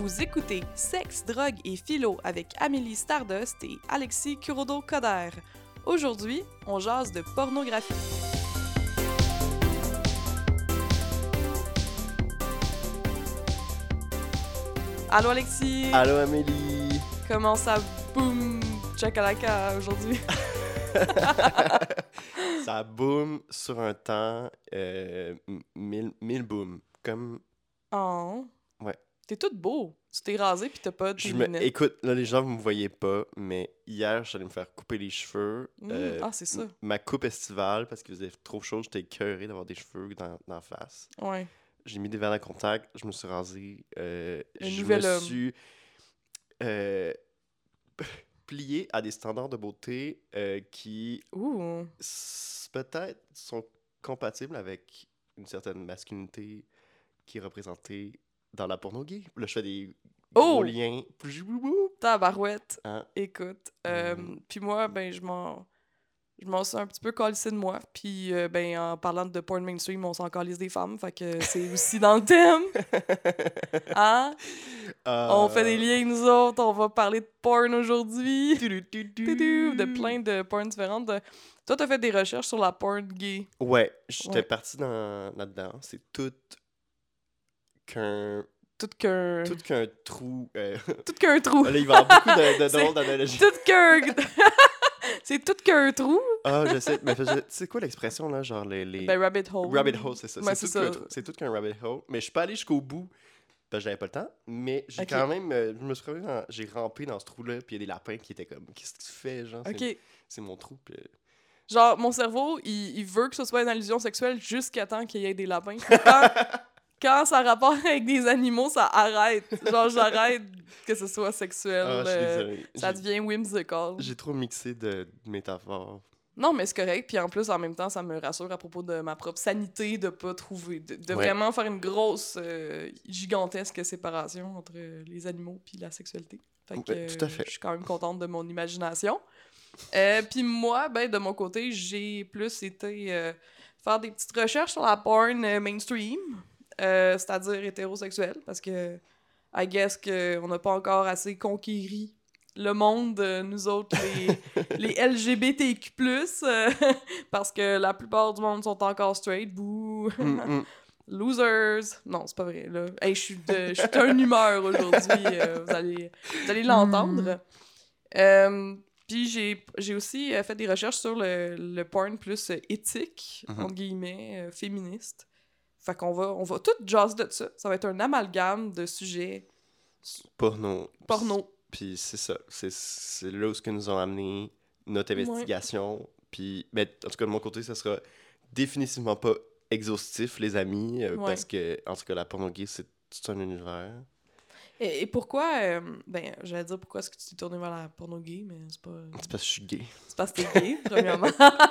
Vous écoutez Sexe, drogue et philo avec Amélie Stardust et Alexis Kurodo-Coder. Aujourd'hui, on jase de pornographie. Allô Alexis! Allô Amélie! Comment ça boum chakalaka aujourd'hui? Ça boom sur un temps, mille boom. Comme, Oh! ouais. T'es tout beau! Tu t'es rasé pis t'as pas tes lunettes. Écoute, là les gens vous me voyez pas, mais hier je suis allé me faire couper les cheveux. C'est ça. Ma coupe estivale, parce qu'il faisait trop chaud, j'étais écœuré d'avoir des cheveux dans la face. Ouais. J'ai mis des verres à contact, je me suis rasé. Je nouvel me homme. suis plié à des standards de beauté qui Ouh! peut-être sont compatibles avec une certaine masculinité qui est représentée dans la porno gay. Là, je fais des gros Oh! liens. Tabarouette! Hein? Écoute, Mm. puis moi, ben, je m'en suis un petit peu calissé de moi. Puis, ben, en parlant de porn mainstream, on s'en calisse des femmes. Fait que c'est aussi dans le thème. Hein? On fait des liens, nous autres. On va parler de porn aujourd'hui. De plein de porn différentes. Toi, t'as fait des recherches sur la porn gay. Ouais, j'étais Ouais. parti là-dedans. C'est tout qu'un Tout qu'un... trou. Tout qu'un trou. Là, il va y avoir beaucoup de C'est drôles d'analogies. Tout qu'un... C'est tout qu'un trou. Ah, je sais. Mais c'est quoi l'expression, là? Genre les... Ben, rabbit hole. Rabbit hole, c'est ça. Ouais, C'est tout qu'un rabbit hole. Mais je suis pas allé jusqu'au bout. Parce que j'avais pas le temps, mais j'ai Ok. quand même, je me suis retrouvé j'ai rampé dans ce trou-là, puis il y a des lapins qui étaient comme, qu'est-ce que tu fais, genre, OK. c'est mon trou, puis Genre, mon cerveau, il veut que ce soit une allusion sexuelle jusqu'à temps qu'il y ait des lapins. Puis quand ça a rapport avec des animaux, ça arrête. Genre, j'arrête que ce soit sexuel. je suis désolé. Ça devient whimsical. J'ai trop mixé de métaphores. Non, mais c'est correct. Puis en plus, en même temps, ça me rassure à propos de ma propre sanité de pas trouver... De Ouais. vraiment faire une grosse, gigantesque séparation entre les animaux puis la sexualité. Fait que Ouais, tout à fait. je suis quand même contente de mon imagination. Puis moi, ben, de mon côté, j'ai plus été faire des petites recherches sur la porn mainstream, c'est-à-dire hétérosexuelle, parce que I guess qu'on n'a pas encore assez conquéri le monde, nous autres, les LGBTQ+, parce que la plupart du monde sont encore straight, bouh! Losers! Non, c'est pas vrai, là. Hey, je suis d'une humeur aujourd'hui, vous allez l'entendre. Puis j'ai aussi fait des recherches sur le porn plus éthique, entre guillemets, féministe. Fait qu'on va tout jazz de ça. Ça va être un amalgame de sujets Porno. Puis c'est ça. C'est là où ce que nous ont amené notre investigation. Puis, mais en tout cas, de mon côté, ça sera définitivement pas exhaustif, les amis, parce que, en tout cas, la porno gay, c'est tout un univers. Et pourquoi, ben, j'allais dire pourquoi est-ce que tu t'es tourné vers la porno gay, mais c'est pas... C'est parce que je suis gay. C'est parce que t'es gay, premièrement.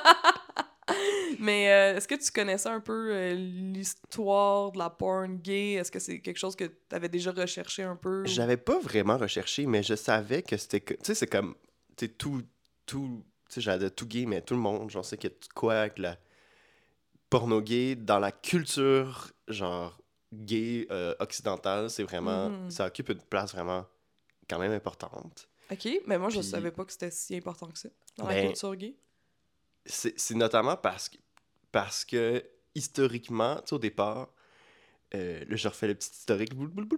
Mais est-ce que tu connaissais un peu l'histoire de la porn gay? Est-ce que c'est quelque chose que t'avais déjà recherché un peu? J'avais pas vraiment recherché, mais je savais que c'était... Tu sais, c'est comme... Tu sais, tu sais, j'allais dire tout gay, mais tout le monde, genre, sait qu'il y a de quoi avec la porno gay dans la culture, genre, gay occidentale, c'est vraiment... Ça occupe une place vraiment quand même importante. OK, mais moi, je Puis, savais pas que c'était si important que ça, dans la ben, culture gay. C'est notamment parce que historiquement, tu sais, au départ, là, je refais le petit historique.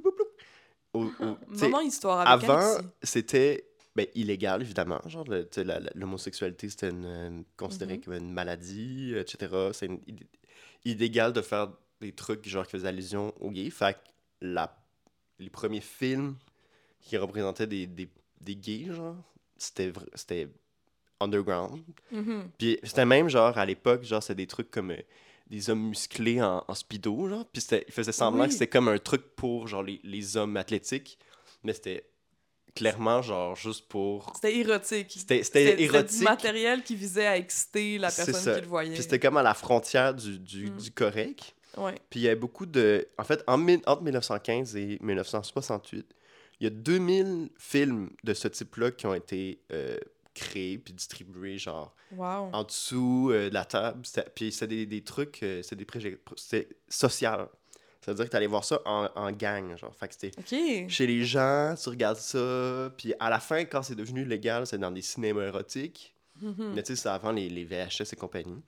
Maman histoire avec avant, Alexis. c'était illégal, évidemment. Genre, l'homosexualité, c'était considéré comme une maladie, etc. C'est illégal de faire des trucs genre qui faisaient allusion aux gays. Fait que les premiers films qui représentaient des gays, genre, c'était underground. Puis c'était même, genre, à l'époque, genre, c'était des trucs comme des hommes musclés en speedo, genre. Puis ils faisaient semblant que c'était comme un truc pour, genre, les hommes athlétiques. Mais c'était clairement, genre, juste pour... C'était érotique. C'était érotique. C'était du matériel qui visait à exciter la personne qui le voyait. Puis c'était comme à la frontière du correct. Ouais. Puis il y avait beaucoup de... En fait, entre 1915 et 1968, il y a 2000 films de ce type-là qui ont été créés puis distribués, genre, en dessous de la table. Puis c'était des trucs... C'était social. Ça veut dire que t'allais voir ça en gang, genre. Fait que c'était OK. chez les gens, tu regardes ça, puis à la fin, quand c'est devenu légal, c'est dans des cinémas érotiques. Mais tu sais, c'est avant les VHS et compagnie.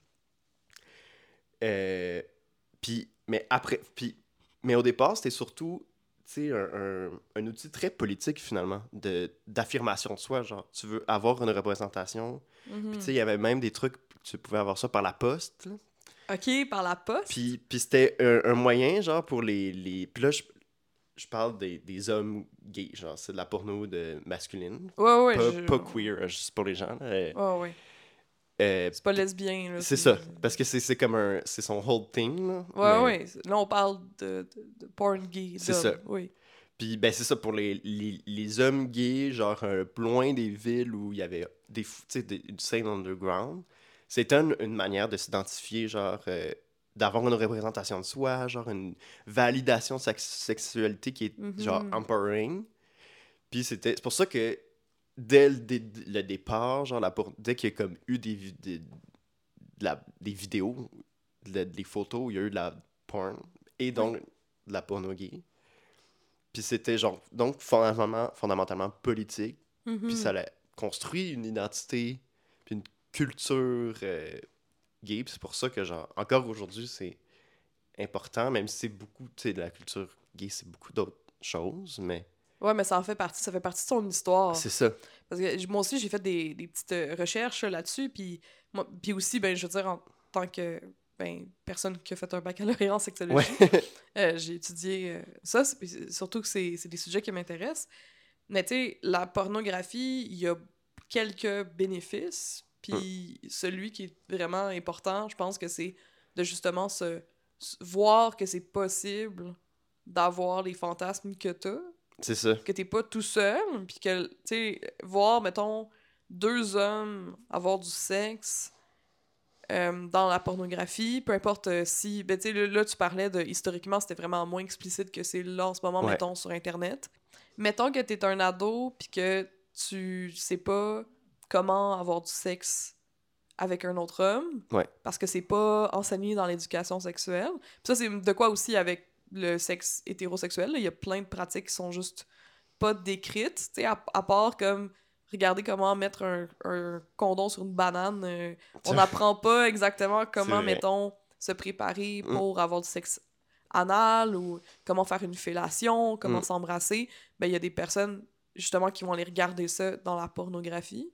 Mais après... Mais au départ, c'était surtout, tu sais, un outil très politique, finalement, d'affirmation de soi, genre. Tu veux avoir une représentation. Puis tu sais, il y avait même des trucs, tu pouvais avoir ça par la poste, là. OK, par la poste? Puis c'était un moyen, genre, pour les... Puis là, je parle des hommes gays, genre, c'est de la porno masculine. Ouais, Pas queer, juste pour les gens, là. Ouais. Euh, C'est pas lesbien, là. c'est ça, parce que c'est comme c'est son whole thing, là. Ouais. Là, on parle de porn gay. C'est d'hommes, ça. Oui. Puis, ben, c'est ça, pour les hommes gays, genre, loin des villes où il y avait tu sais, une scène underground, c'était une manière de s'identifier, genre, d'avoir une représentation de soi, genre, une validation de sa sexualité qui est, genre, empowering. Puis c'est pour ça que, dès le départ, genre, dès qu'il y a comme eu des vidéos, des photos où il y a eu de la porn, et donc de la porno gay, puis c'était genre, donc fondamentalement politique. Puis ça a construit une identité, puis une culture gay. Puis c'est pour ça que, genre, encore aujourd'hui, c'est important, même si c'est beaucoup, tu sais, de la culture gay, c'est beaucoup d'autres choses, mais... Ouais, mais ça fait partie de son histoire. C'est ça. Parce que moi aussi, j'ai fait des petites recherches là-dessus, puis aussi, ben, je veux dire, en tant que personne qui a fait un baccalauréat en sexologie, j'ai étudié ça, surtout que c'est des sujets qui m'intéressent. Mais tu sais, la pornographie, il y a quelques bénéfices, puis celui qui est vraiment important, je pense que c'est de justement voir que c'est possible d'avoir les fantasmes que t'as, C'est ça. que t'es pas tout seul, puis que, tu sais, voir, mettons, deux hommes avoir du sexe dans la pornographie, peu importe si... Ben, tu sais, là, tu parlais de... Historiquement, c'était vraiment moins explicite que c'est là, en ce moment, mettons, sur Internet. Mettons que t'es un ado, puis que tu sais pas comment avoir du sexe avec un autre homme, parce que c'est pas enseigné dans l'éducation sexuelle. Puis ça, c'est de quoi aussi avec le sexe hétérosexuel. Il y a plein de pratiques qui sont juste pas décrites, tu sais, à part comme regarder comment mettre un condom sur une banane. On n'apprend pas exactement comment, mettons, se préparer pour avoir du sexe anal ou comment faire une fellation, comment s'embrasser. Ben, il y a des personnes, justement, qui vont aller regarder ça dans la pornographie.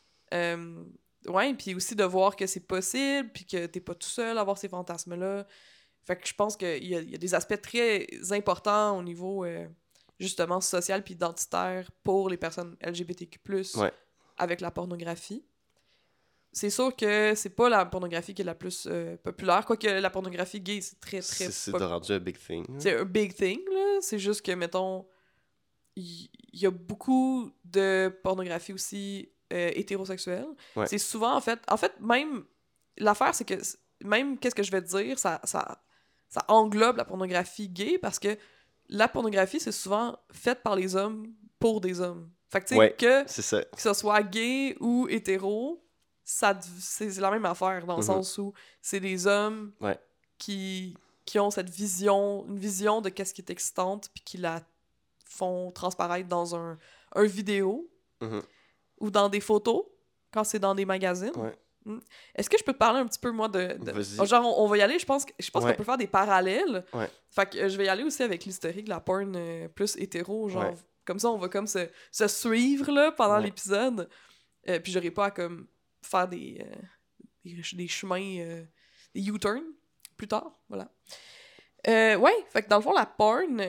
Ouais, puis aussi de voir que c'est possible, puis que t'es pas tout seul à avoir ces fantasmes-là. Fait que je pense qu'il y a des aspects très importants au niveau, justement, social puis identitaire pour les personnes LGBTQ+, avec la pornographie. C'est sûr que c'est pas la pornographie qui est la plus populaire, quoique la pornographie gay, c'est très, très... C'est rendu un big thing. C'est un big thing, là. C'est juste que, mettons, il y a beaucoup de pornographie aussi hétérosexuelle. C'est souvent, en fait, même, l'affaire, c'est que même qu'est-ce que je vais te dire, ça englobe la pornographie gay, parce que la pornographie, c'est souvent faite par les hommes pour des hommes. Fait que, tu sais, que ce soit gay ou hétéro, c'est la même affaire, dans le sens où c'est des hommes qui ont cette vision, une vision de qu'est-ce qui est excitante, puis qui la font transparaître dans un vidéo ou dans des photos, quand c'est dans des magazines. Est-ce que je peux te parler un petit peu, moi, genre, on va y aller, je pense qu'on peut faire des parallèles. Fait que je vais y aller aussi avec l'historique de la porn plus hétéro, genre, comme ça, on va comme se suivre, là, pendant l'épisode. Puis j'aurai pas à, comme, faire des chemins, des U-turns plus tard, voilà. Fait que dans le fond, la porn,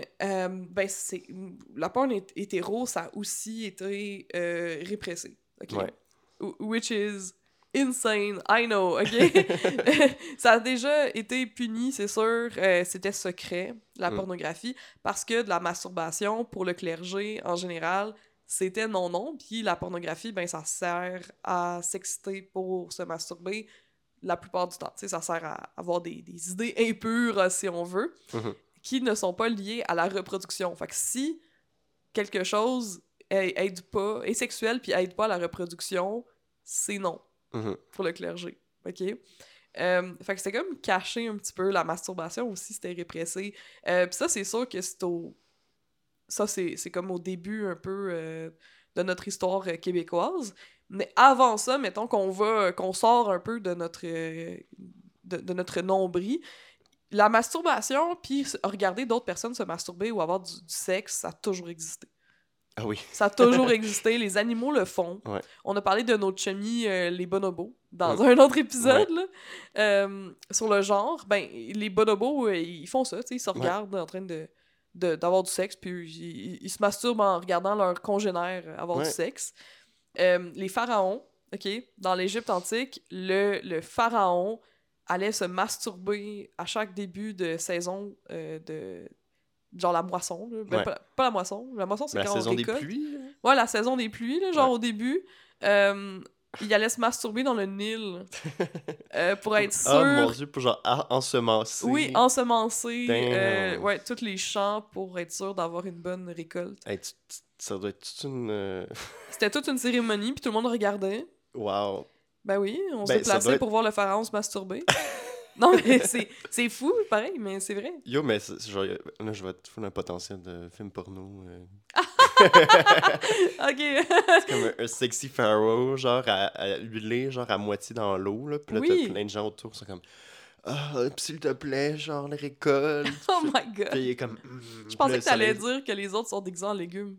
la porn hétéro, ça a aussi été répressé, ok? Which is insane, I know, ok? Ça a déjà été puni, c'est sûr, c'était secret, la pornographie, parce que de la masturbation, pour le clergé, en général, c'était non, puis la pornographie, ben, ça sert à s'exciter pour se masturber, la plupart du temps. Tu sais, ça sert à avoir des idées impures, si on veut, qui ne sont pas liées à la reproduction. Fait que si quelque chose est sexuel puis aide pas à la reproduction, c'est non pour le clergé. OK? Fait que c'était comme caché un petit peu. La masturbation aussi, c'était répressé. Puis ça, c'est sûr que ça, c'est comme au début un peu de notre histoire québécoise. Mais avant ça, mettons qu'on sort un peu de de notre nombril, la masturbation, puis regarder d'autres personnes se masturber ou avoir du sexe, ça a toujours existé. Ah oui. Ça a toujours existé. Les animaux le font. Ouais. On a parlé de notre chummy, les bonobos, dans un autre épisode, là, sur le genre. Ben, les bonobos, ils font ça, tu sais, ils se regardent en train d'avoir du sexe, puis ils se masturbent en regardant leurs congénères avoir du sexe. Les pharaons, OK, dans l'Égypte antique, le pharaon allait se masturber à chaque début de saison de... Genre la moisson, là. Ben, pas la moisson. La moisson, c'est quand on récolte. La saison des pluies, là. Ouais, la saison des pluies, là, genre au début. Il allait se masturber dans le Nil pour être sûr... Ah, mon Dieu, pour genre ensemencer. Oui, ensemencer. Ouais, tous les champs pour être sûr d'avoir une bonne récolte. Hey, ça doit être toute une... C'était toute une cérémonie, puis tout le monde regardait. Wow. Ben oui, on s'est placé pour voir le pharaon se masturber. Non, mais c'est fou, pareil, mais c'est vrai. Yo, mais genre, là, je vais être full un potentiel de film porno. Ok. C'est comme un sexy pharaoh, genre, à huiler, genre, à moitié dans l'eau, là. Puis là, t'as plein de gens autour qui sont comme... Ah, s'il te plaît, genre, les récoltes. Oh my god. Puis il est comme... Je pensais que t'allais dire que les autres sont déguisés en légumes.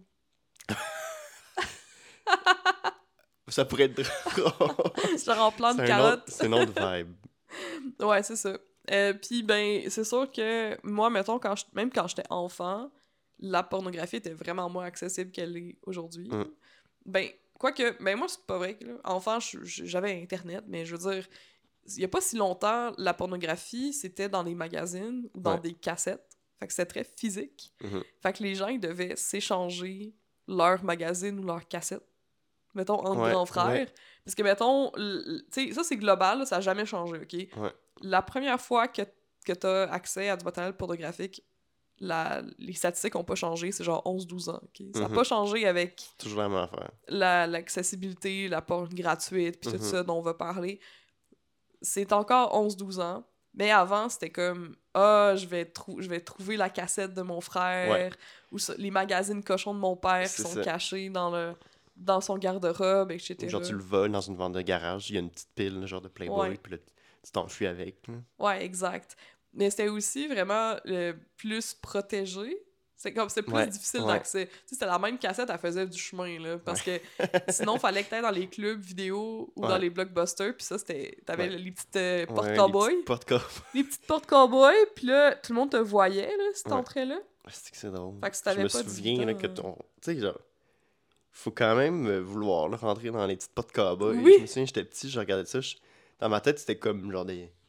Ça pourrait être drôle. Genre en plante de carottes. C'est une autre vibe. Ouais, c'est ça. Puis, ben, c'est sûr que moi, mettons, même quand j'étais enfant, la pornographie était vraiment moins accessible qu'elle est aujourd'hui. Ben, quoique, ben moi, c'est pas vrai. Là. Enfant, j'avais Internet, mais je veux dire, il y a pas si longtemps, la pornographie, c'était dans des magazines ou dans des cassettes. Fait que c'était très physique. Fait que les gens, ils devaient s'échanger leur magazine ou leur cassette. Mettons, entre grands frères. Parce que, mettons, tu sais, ça, c'est global, là, ça n'a jamais changé, OK? La première fois que tu as accès à du matériel pornographique, les statistiques n'ont pas changé, c'est genre 11-12 ans, OK? Ça n'a pas changé avec... Toujours la même affaire. L'accessibilité, la porn gratuite, puis tout ça dont on va parler. C'est encore 11-12 ans, mais avant, c'était comme « Ah, je vais trouver la cassette de mon frère, ou les magazines cochons de mon père qui sont cachés dans son garde-robe, etc. » Genre, tu le voles dans une vente de garage, il y a une petite pile, genre de Playboy, puis là, tu t'enfuis avec. Là. Ouais, exact. Mais c'était aussi vraiment plus protégé. C'est plus difficile d'accès. Tu sais, c'était la même cassette, elle faisait du chemin, là, parce que sinon, il fallait que t'ailles dans les clubs vidéo ou dans les blockbusters, puis ça, t'avais les petites portes cowboy. Les petites portes cowboy, puis là, tout le monde te voyait, là, si t'entrais là. C'est que c'est drôle. Fait que si t'avais je me souviens là, que ton... Tu sais, genre... Faut quand même vouloir là, rentrer dans les petites portes cowboy. Oui. Je me souviens, j'étais petit, je regardais ça. Dans ma tête, c'était comme genre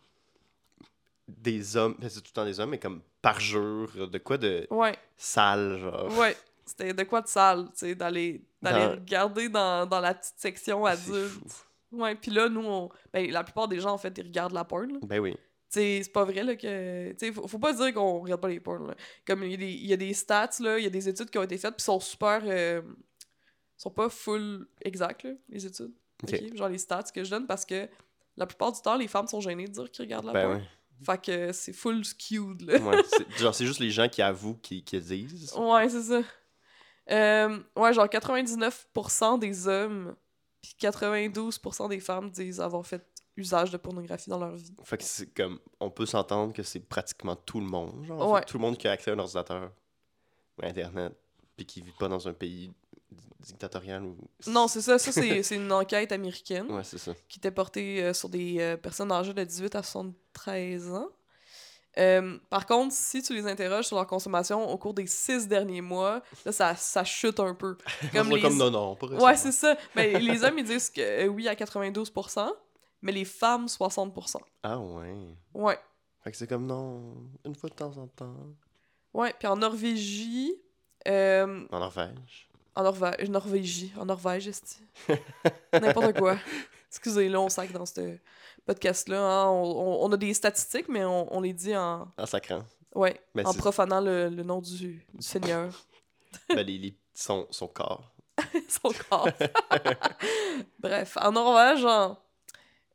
des hommes. C'est tout le temps des hommes, mais comme parjure, de quoi de sale, genre. Ouais, c'était de quoi de sale, tu sais, d'aller regarder dans la petite section adulte. Ouais, puis là, nous, ben, la plupart des gens, en fait, ils regardent la porn. Là. Ben oui. T'sais, c'est pas vrai là, que... T'sais, faut pas dire qu'on regarde pas les porn. Là. Comme il y a des stats, là, il y a des études qui ont été faites, puis sont super... sont pas full exacts, là, les études. Okay. Genre les stats que je donne, parce que la plupart du temps, les femmes sont gênées de dire qu'ils regardent la porn. Ouais. Fait que c'est full skewed, là. Ouais, c'est juste les gens qui avouent qui disent. Ouais, c'est ça. Ouais, genre 99% des hommes puis 92% des femmes disent avoir fait usage de pornographie dans leur vie. Fait que c'est comme... On peut s'entendre que c'est pratiquement tout le monde, genre. Ouais. Tout le monde qui a accès à un ordinateur ou à Internet, puis qui vit pas dans un pays dictatorial ou... Non, c'est ça. Ça, c'est une enquête américaine. Ouais, c'est ça. Qui était portée sur des personnes âgées de 18 à 73 ans. Par contre, si tu les interroges sur leur consommation au cours des 6 derniers mois, là, ça chute un peu. Comme non, pas récemment. Ouais, c'est ça. Mais les hommes, ils disent que oui à 92%, mais les femmes, 60%. Ah ouais. Ouais. Fait que c'est comme non, une fois de temps en temps. Ouais, puis en Norvégie... En Norvège. En Norvège, est-ce n'importe quoi. Excusez, là, on sac dans ce podcast-là. Hein. On a des statistiques, mais on les dit en... En sacrant. Ouais, en profanant le nom du Seigneur. Ben, son corps. Son corps. Bref, en Norvège,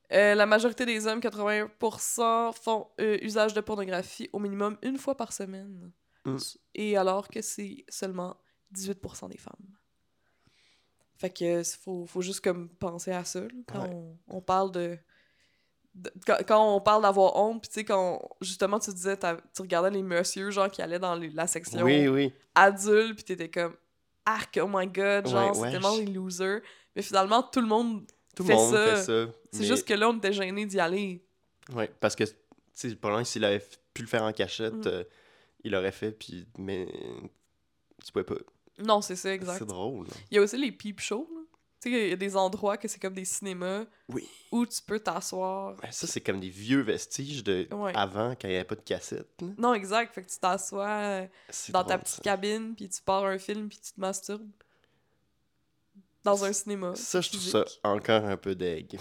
La majorité des hommes, 81%, font usage de pornographie au minimum une fois par semaine. Mm. Et alors que c'est seulement 18% des femmes. Fait que faut juste comme penser à ça là, quand on parle quand on parle d'avoir honte, puis tu sais, quand justement tu disais, tu regardais les messieurs genre qui allaient dans la section Oui. adulte, puis t'étais comme arc, oh my god, genre c'est Ouais. tellement des losers. Mais finalement, tout le monde Tout le fait monde fait ça. ça. C'est Mais... juste que là, on était gênés d'y aller. Ouais, parce que, tu sais, pendant s'il avait pu le faire en cachette, Mm. il l'aurait fait, puis... Mais... Tu pouvais pas. Non, c'est ça, exact. C'est drôle. Là. Il y a aussi les peep shows, là. Tu sais, il y a des endroits que c'est comme des cinémas Oui. où tu peux t'asseoir. Ben, ça, c'est comme des vieux vestiges de Ouais. avant, quand il n'y avait pas de cassette. Là. Non, exact. Fait que tu t'assois dans ta drôle, petite ça. cabine, puis tu pars un film, puis tu te masturbes. Dans un cinéma. Ça, je trouve physique. ça encore un peu deg.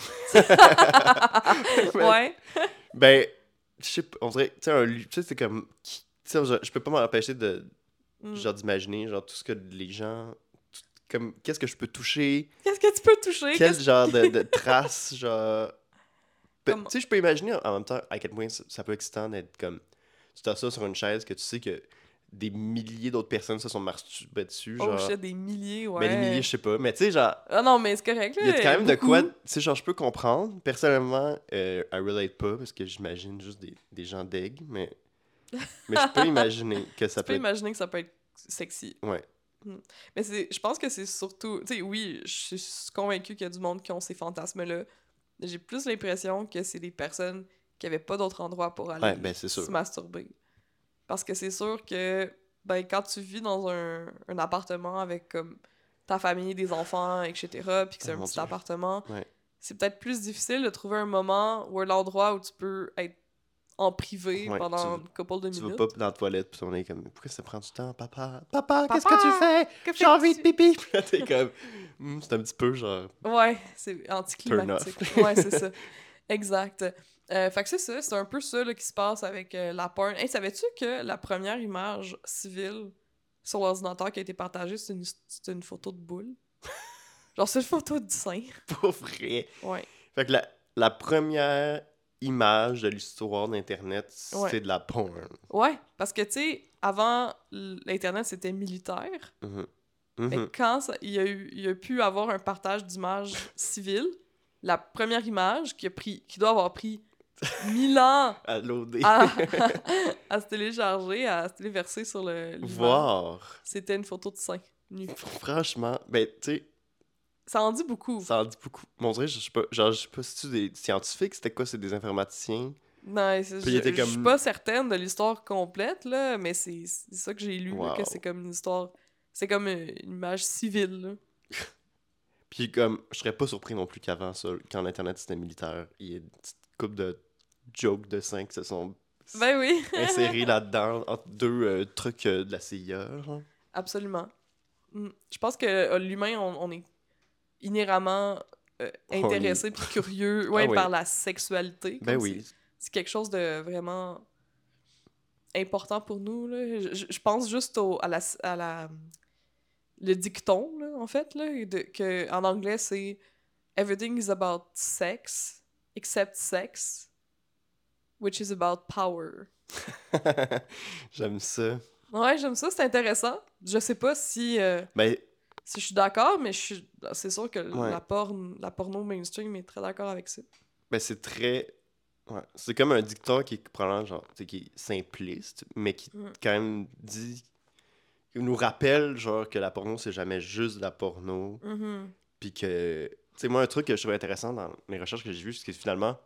Ouais. Ben, je sais pas, on dirait, tu sais, tu sais, c'est comme... Tu sais, je peux pas m'empêcher de, Mm. genre, d'imaginer, genre, tout ce que les gens... Comme, qu'est-ce que je peux toucher? Qu'est-ce que tu peux toucher? Quel genre de traces, genre... Tu Comme- sais, je peux imaginer en même temps à quel point ça peut être excitant d'être comme... Tu t'assois sur une chaise que tu sais que des milliers d'autres personnes se sont masturbées dessus, Oh genre... shit, des milliers, ouais. Mais des milliers, je sais pas. Mais tu sais, genre... Ah non, mais c'est correct, là. Il y a quand même de quoi... Tu beaucoup. sais, genre, je peux comprendre. Personnellement, I relate pas, parce que j'imagine juste des gens deg, mais je peux imaginer que ça Tu peut peux être... imaginer que ça peut être sexy. Ouais. Mais je pense que c'est surtout... Tu sais, oui, je suis convaincue qu'il y a du monde qui ont ces fantasmes-là. J'ai plus l'impression que c'est des personnes qui avaient pas d'autre endroit pour aller Ouais, ben c'est sûr. se masturber. Parce que c'est sûr que, ben, quand tu vis dans un appartement avec, comme, ta famille, des enfants, etc., puis que c'est Oh un mon petit Dieu. appartement, Ouais. c'est peut-être plus difficile de trouver un moment ou un endroit où tu peux être en privé Ouais, pendant une couple de Tu vas minutes. pas dans la toilette, puis on est comme... Pourquoi ça prend du temps, papa? Papa, qu'est-ce Papa, que tu fais? que J'ai envie de fais-tu? pipi! Puis là, t'es comme... c'est un petit peu, genre... Ouais, c'est anticlimatique. Turn off. Ouais, c'est ça. Exact. Fait que c'est ça, c'est un peu ça là, qui se passe avec la porn. Hey, savais-tu que la première image civile sur l'ordinateur qui a été partagée, c'est une photo de boule? Genre, c'est une photo de sein. Pour vrai. Ouais. Fait que la première image de l'histoire d'Internet, c'est Ouais. de la porn. Ouais, parce que, tu sais, avant, l'Internet, c'était militaire. Mhm. Mais Mhm. quand il y a pu avoir un partage d'images civiles, la première image qui doit avoir pris 1000 ans À loader. à se télécharger, à se téléverser sur l'image, Voir. c'était une photo de sein nu. Franchement, ben, tu sais, Ça en dit beaucoup. ça en dit beaucoup. Mon dirait, je sais pas, genre, je sais pas si c'est des scientifiques, c'était quoi, c'est des informaticiens. Non, Puis il était je suis comme- pas certaine de l'histoire complète, là, mais c'est ça que j'ai lu, là, que Wow. c'est comme une histoire... C'est comme une image civile, là. Puis comme, je serais pas surpris non plus qu'avant ça, quand l'Internet c'était militaire, il y a une petite couple de jokes de seins qui se sont Ben oui, insérés là-dedans, entre deux trucs de la CIA, genre. absolument. Je pense que l'humain, on est inhéremment On intéressé puis curieux ouais, Ah oui. par la sexualité. Ben comme oui. C'est quelque chose de vraiment important pour nous. Là. Je pense juste le dicton, là, en fait, là, que en anglais, c'est « Everything is about sex, except sex, which is about power ». J'aime ça. Ouais, j'aime ça, c'est intéressant. Je sais pas Ben, si je suis d'accord, mais c'est sûr que Ouais. la porno mainstream est très d'accord avec ça. ben c'est très... Ouais. C'est comme un dicton qui est probablement genre, tu sais, qui est simpliste, mais qui quand même dit... Il nous rappelle, genre, que la porno, c'est jamais juste de la porno. Mhm. Puis que... Tu sais, moi, un truc que je trouvais intéressant dans mes recherches que j'ai vues, c'est que finalement...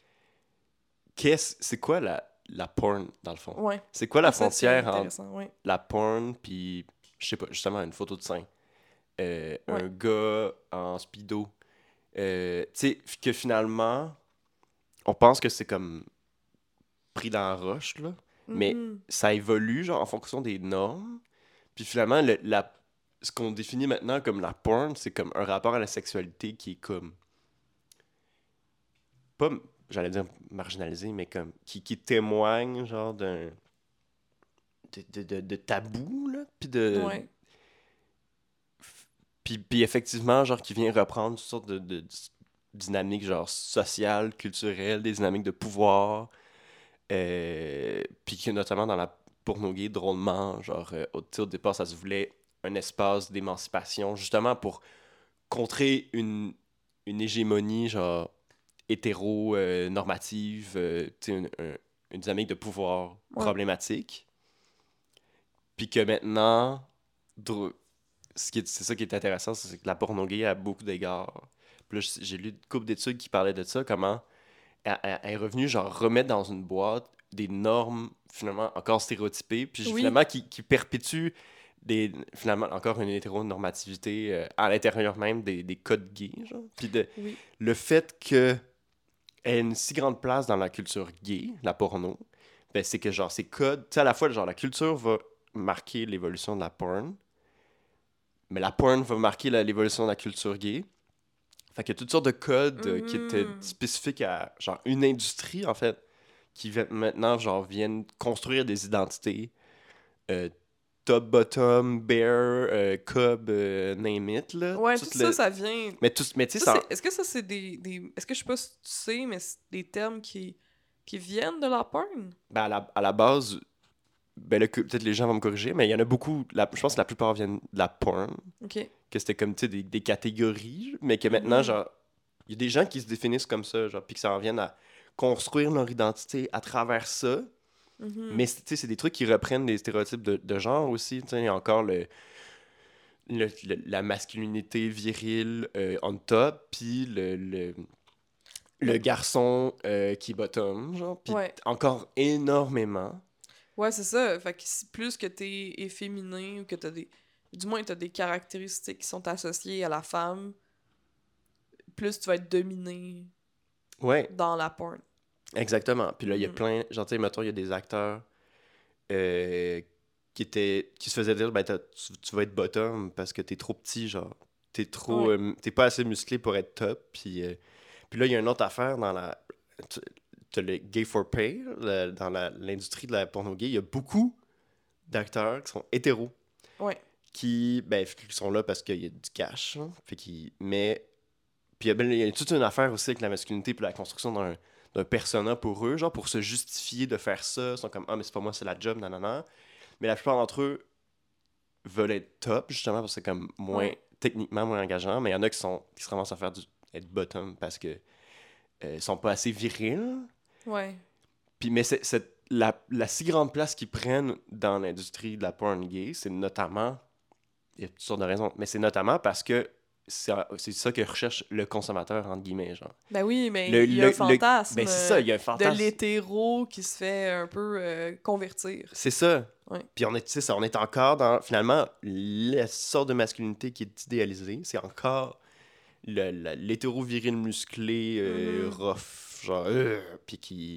C'est quoi la porn, dans le fond? Ouais. C'est quoi la Ça, c'est frontière entre intéressant, ouais. la porn puis, je sais pas, justement, une photo de sein? Un Ouais. gars en speedo. Tu sais, que finalement, on pense que c'est comme pris dans la roche, là. Mais Mhm. ça évolue, genre, en fonction des normes. Puis finalement, ce qu'on définit maintenant comme la porn, c'est comme un rapport à la sexualité qui est comme... Pas, j'allais dire marginalisé, mais comme... Qui témoigne, genre, d'un... De tabou, là. Puis de... Ouais. Puis effectivement, genre, qui vient reprendre toutes sortes dynamiques genre sociales, culturelles, des dynamiques de pouvoir, puis que notamment dans la porno gay, drôlement, genre au départ, ça se voulait un espace d'émancipation, justement pour contrer une hégémonie genre hétéro-normative, tu sais, une dynamique de pouvoir Ouais. problématique. Puis que maintenant, c'est ça qui est intéressant, c'est que la porno gay a beaucoup d'égards. Puis là, j'ai lu une couple d'études qui parlaient de ça, comment elle est revenue genre remettre dans une boîte des normes finalement encore stéréotypées, puis Oui. finalement qui perpétuent finalement encore une hétéronormativité à l'intérieur même des codes gays, genre. Puis Oui. le fait que ait une si grande place dans la culture gay, la porno, ben c'est que genre ces codes, tu sais, à la fois genre la culture va marquer l'évolution de la porn, mais la porn va marquer l'évolution de la culture gay. Fait qu'il y a toutes sortes de codes qui étaient spécifiques à genre une industrie en fait, qui maintenant genre viennent construire des identités top, bottom, bear, cub, name it là. Ouais, tout ça, ça vient... Mais tu sais Ça, ça. est-ce que ça, c'est Est-ce que je sais pas si tu sais, mais c'est des termes qui viennent de la porn? Ben à la base, ben là, peut-être les gens vont me corriger, mais il y en a beaucoup. Je pense que la plupart viennent de la porn. OK. Que c'était comme, tu sais, des catégories, mais que maintenant, genre, il y a des gens qui se définissent comme ça, genre, puis que ça en vienne à construire leur identité à travers ça. Mais, tu sais, c'est des trucs qui reprennent des stéréotypes de genre aussi. Tu sais, il y a encore la masculinité virile on top, puis le garçon qui est bottom, genre, puis Ouais. encore énormément. Ouais, c'est ça. Fait que si plus que t'es efféminé ou que t'as des... Du moins, t'as des caractéristiques qui sont associées à la femme, plus tu vas être dominé Ouais, dans la porn. exactement. Puis là, il y a Mhm. plein, genre, tu sais, mettons, il y a des acteurs euh, qui se faisaient dire, ben, tu vas être bottom parce que t'es trop petit, genre. Ouais. T'es pas assez musclé pour être top. Puis là, il y a une autre affaire dans t'as le gay for pay, dans l'industrie de la porno gay. Il y a beaucoup d'acteurs qui sont hétéros, Ouais. ben, qui sont là parce qu'il y a du cash. Hein. Mais, puis il y a toute une affaire aussi avec la masculinité puis la construction d'un persona pour eux, genre pour se justifier de faire ça. Ils sont comme, ah, mais c'est pas moi, c'est la job, nanana. Mais la plupart d'entre eux veulent être top, justement, parce que c'est comme Ouais. techniquement moins engageant. Mais il y en a qui se ramassent à faire être bottom parce que ils sont pas assez virils. Ouais. Puis, mais la si grande place qu'ils prennent dans l'industrie de la porn gay, c'est notamment, il y a toutes sortes de raisons, mais c'est notamment parce que c'est ça que recherche le consommateur, entre guillemets, genre. Ben oui, mais il y a un fantasme Ben c'est ça, il y a un de fantasme. l'hétéro qui se fait un peu convertir. C'est ça. Ouais. Puis on est encore dans, finalement, la sorte de masculinité qui est idéalisée. C'est encore l'hétéro-viril musclé, rough, genre, puis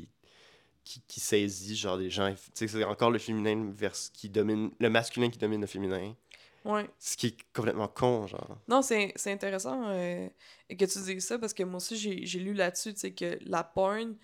qui saisit, genre, des gens. Tu sais, c'est encore le féminin qui domine, le masculin qui domine le féminin. Ouais. Ce qui est complètement con, genre. Non, c'est intéressant que tu dises ça parce que moi aussi, j'ai lu là-dessus, tu sais, que la porn,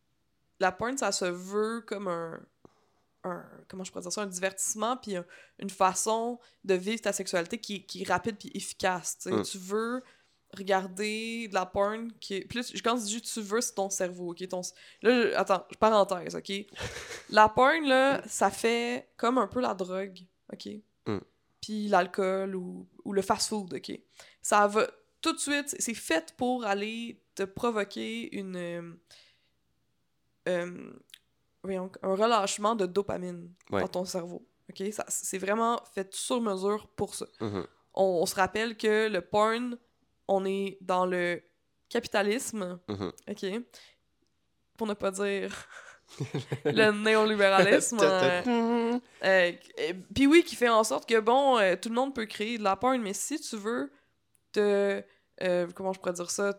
ça se veut comme comment je pourrais dire ça, un divertissement, puis une façon de vivre ta sexualité qui est rapide puis efficace, tu sais. Tu veux regarder de la porn qui est... Plus, quand je dis tu veux, c'est ton cerveau, ok? Là, attends, parenthèse, ok? La porn, là, ça fait comme un peu la drogue, ok? Mm. Puis l'alcool ou le fast-food, ok? Ça va tout de suite, c'est fait pour aller te provoquer voyons, un relâchement de dopamine Ouais. dans ton cerveau. OK? C'est vraiment fait sur mesure pour ça. Mhm. On se rappelle que le porn, on est dans le capitalisme, Mhm. OK? Pour ne pas dire le néolibéralisme. Puis oui, qui fait en sorte que, bon, tout le monde peut créer de la porn, mais si tu veux comment je pourrais dire ça,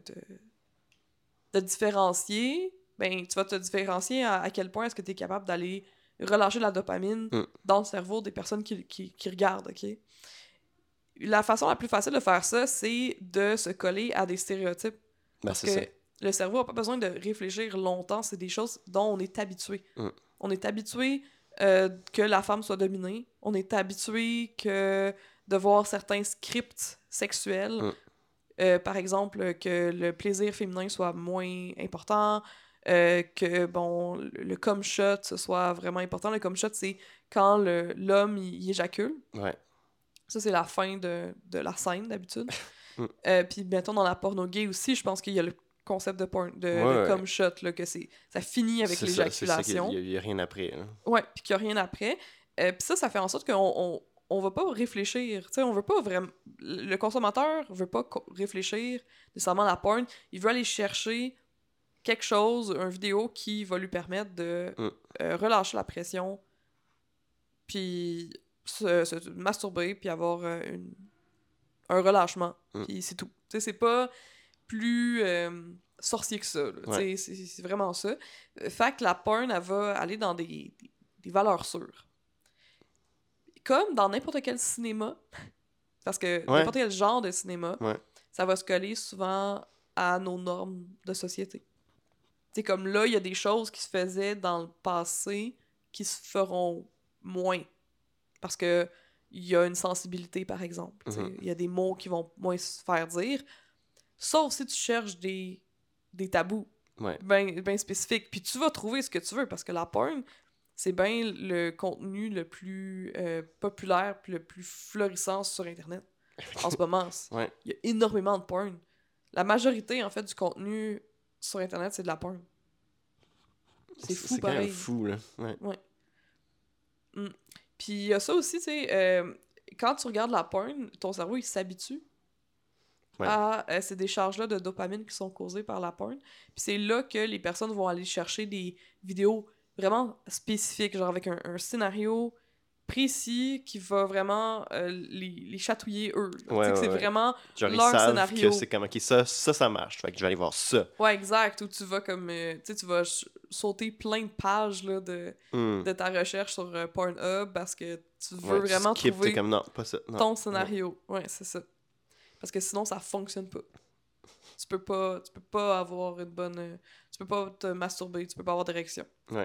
te différencier, ben, tu vas te différencier à quel point est-ce que tu es capable d'aller relâcher la dopamine dans le cerveau des personnes qui regardent, OK? La façon la plus facile de faire ça, c'est de se coller à des stéréotypes. Ben, Parce c'est que ça. le cerveau n'a pas besoin de réfléchir longtemps, c'est des choses dont on est habitué. On est habitué que la femme soit dominée. On est habitué que de voir certains scripts sexuels par exemple, que le plaisir féminin soit moins important, que, bon, le cum shot, ce soit vraiment important. Le cum shot, c'est quand l'homme, il éjacule. Ouais. Ça, c'est la fin de la scène, d'habitude. Mm. Puis, mettons, dans la porno gay aussi, je pense qu'il y a le concept de Ouais. cum shot, là, que ça finit avec C'est l'éjaculation. ça, il y a rien après. Hein. Ouais, puis qu'il n'y a rien après. Puis ça fait en sorte qu'on va pas réfléchir. Tu sais, on veut pas vraiment... Le consommateur veut pas réfléchir nécessairement à la porn. Il veut aller chercher quelque chose, une vidéo qui va lui permettre de relâcher la pression, puis se masturber, puis avoir un relâchement. Puis c'est tout. Tu sais, c'est pas plus sorcier que ça. Là. Ouais. C'est vraiment ça. Fait que la porn, elle va aller dans des valeurs sûres. Comme dans n'importe quel cinéma, parce que n'importe quel genre de cinéma, ça va se coller souvent à nos normes de société. C'est comme là, il y a des choses qui se faisaient dans le passé qui se feront moins. Parce que il y a une sensibilité, par exemple. Il y a des mots qui vont moins se faire dire. Sauf si tu cherches des tabous bien spécifiques. Puis tu vas trouver ce que tu veux, parce que la porn, c'est bien le contenu le plus populaire puis le plus florissant sur Internet. En ce moment, il y a énormément de porn. La majorité, en fait, du contenu sur Internet, c'est de la porn. C'est fou, pareil. C'est fou, là. Ouais. Puis il y a ça aussi, tu sais, quand tu regardes la porn, ton cerveau, il s'habitue à ces décharges-là de dopamine qui sont causées par la porn. Puis c'est là que les personnes vont aller chercher des vidéos vraiment spécifiques, genre avec un scénario précis qui va vraiment les chatouiller eux. Tu sais que c'est vraiment genre, leur ils savent scénario. Que c'est comme, ok, ça marche, fait que je vais aller voir ça. Ouais, exact, où tu vas comme, tu sais, tu vas sauter plein de pages là, de ta recherche sur Pornhub parce que tu veux vraiment trouver comme, non, pas ça. Non. ton scénario. Ouais, c'est ça. Parce que sinon, ça fonctionne pas. Tu peux pas avoir une bonne... tu peux pas te masturber, tu peux pas avoir d'érection. Ouais.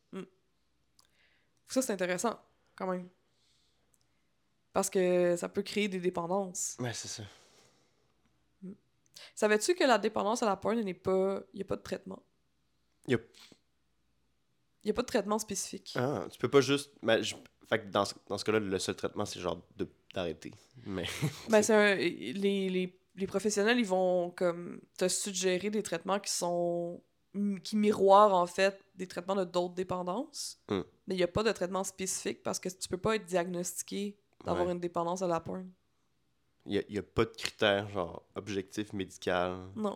Ça, c'est intéressant, quand même. Parce que ça peut créer des dépendances. Ouais, c'est ça. Savais-tu que la dépendance à la porn, il n'y a pas de traitement? Il n'y a pas de traitement spécifique. Ah, tu peux pas juste... Fait que dans ce cas-là, le seul traitement, c'est genre d'arrêter. Mais... Ben, les professionnels, ils vont comme te suggérer des traitements qui miroirent, en fait, des traitements de d'autres dépendances. Mais il n'y a pas de traitement spécifique parce que tu peux pas être diagnostiqué d'avoir une dépendance à la porn. Il y a pas de critères, genre, objectif, médical. Non.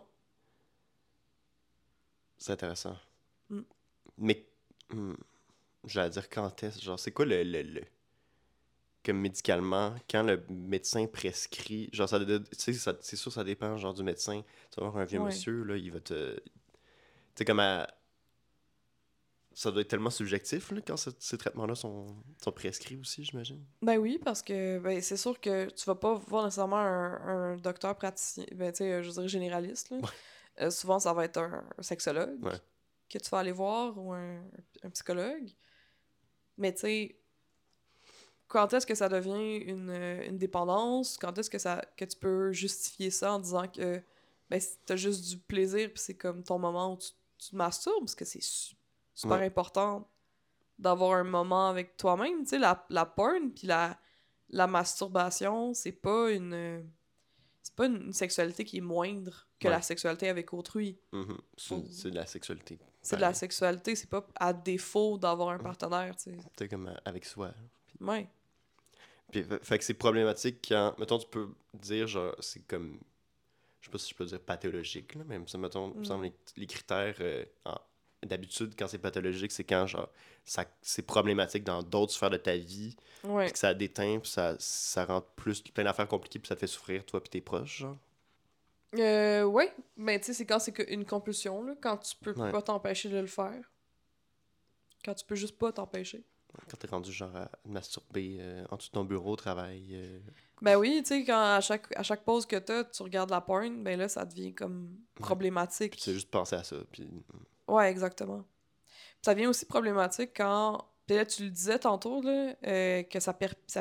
C'est intéressant. Mais, j'allais dire quand est-ce, genre, c'est quoi comme médicalement, quand le médecin prescrit, genre, c'est sûr, ça dépend, genre, du médecin. Tu vas voir un vieux monsieur, là, il va te... Tu sais, comme ça doit être tellement subjectif, là, quand ces traitements-là sont prescrits aussi, j'imagine. Ben oui, parce que c'est sûr que tu vas pas voir nécessairement un docteur praticien, ben tu sais, je dirais généraliste, là. Souvent, ça va être un sexologue que tu vas aller voir ou un psychologue. Mais tu sais, quand est-ce que ça devient une dépendance? Quand est-ce que tu peux justifier ça en disant que ben, t'as juste du plaisir puis c'est comme ton moment où tu te masturbes? Parce que c'est super important d'avoir un moment avec toi-même. Tu sais, la porn puis la masturbation, c'est pas une sexualité qui est moindre que la sexualité avec autrui. C'est de la sexualité. C'est de la sexualité, c'est pas à défaut d'avoir un partenaire, tu sais. C'est comme avec soi. Ouais. Puis, fait que c'est problématique quand, mettons, tu peux dire, genre, c'est comme, je sais pas si je peux dire pathologique, là, mais ça, mettons, me semble les critères, d'habitude, quand c'est pathologique, c'est quand, genre, c'est problématique dans d'autres sphères de ta vie, puis que ça déteint, puis ça rend plein d'affaires compliquées, puis ça te fait souffrir, toi puis tes proches, genre. Ouais, mais tu sais, c'est quand c'est une compulsion, là, quand tu peux pas t'empêcher de le faire. Quand tu peux juste pas t'empêcher. Quand t'es rendu genre à masturber en dessous de ton bureau au travail. Ben oui, tu sais, quand à chaque pause que t'as, tu regardes la porn, ben là, ça devient comme problématique. Puis tu sais juste penser à ça. Puis... Ouais, exactement. Puis ça devient aussi problématique quand... Puis là, tu le disais tantôt, là, que ça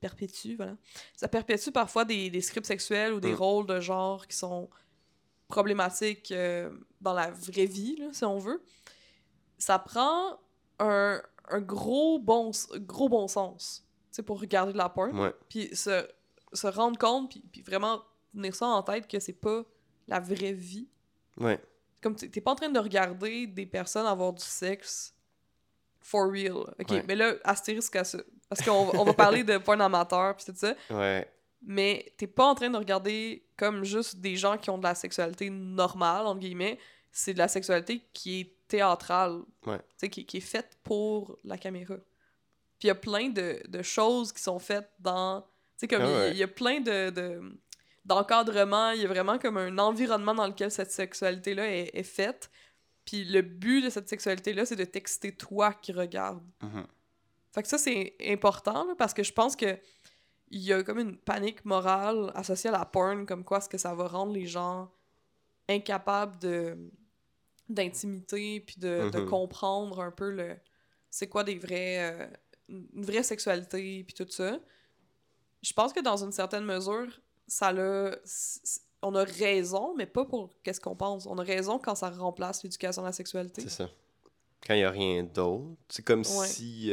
perpétue, voilà. Ça perpétue parfois des scripts sexuels ou des Mm. rôles de genre qui sont problématiques dans la vraie vie, là, si on veut. Ça prend un gros bon sens, tu sais, pour regarder de la porn, Ouais. puis se rendre compte, puis vraiment tenir ça en tête que c'est pas la vraie vie. Ouais. Comme t'es pas en train de regarder des personnes avoir du sexe for real. Ok, Ouais. mais là, astérisque à ça. Parce qu'on va parler de porn amateur pis tout ça. Ouais. Mais t'es pas en train de regarder comme juste des gens qui ont de la sexualité normale, entre guillemets. C'est de la sexualité qui est théâtrale. Ouais. Tu sais, qui est faite pour la caméra. Puis il y a plein de choses qui sont faites dans... Tu sais, comme Ah ouais. il y a plein d'encadrement, il y a vraiment comme un environnement dans lequel cette sexualité-là est faite. Puis le but de cette sexualité-là, c'est de t'exciter toi qui regardes. Mhm. Fait que ça, c'est important, là, parce que je pense que il y a comme une panique morale associée à la porn, comme quoi est-ce que ça va rendre les gens incapables d'intimité, puis de Mhm. comprendre un peu c'est quoi des vrais... une vraie sexualité, puis tout ça. Je pense que dans une certaine mesure, on a raison, mais pas pour qu'est-ce qu'on pense. On a raison quand ça remplace l'éducation de la sexualité. C'est ça. Quand il n'y a rien d'autre, c'est comme Ouais. si...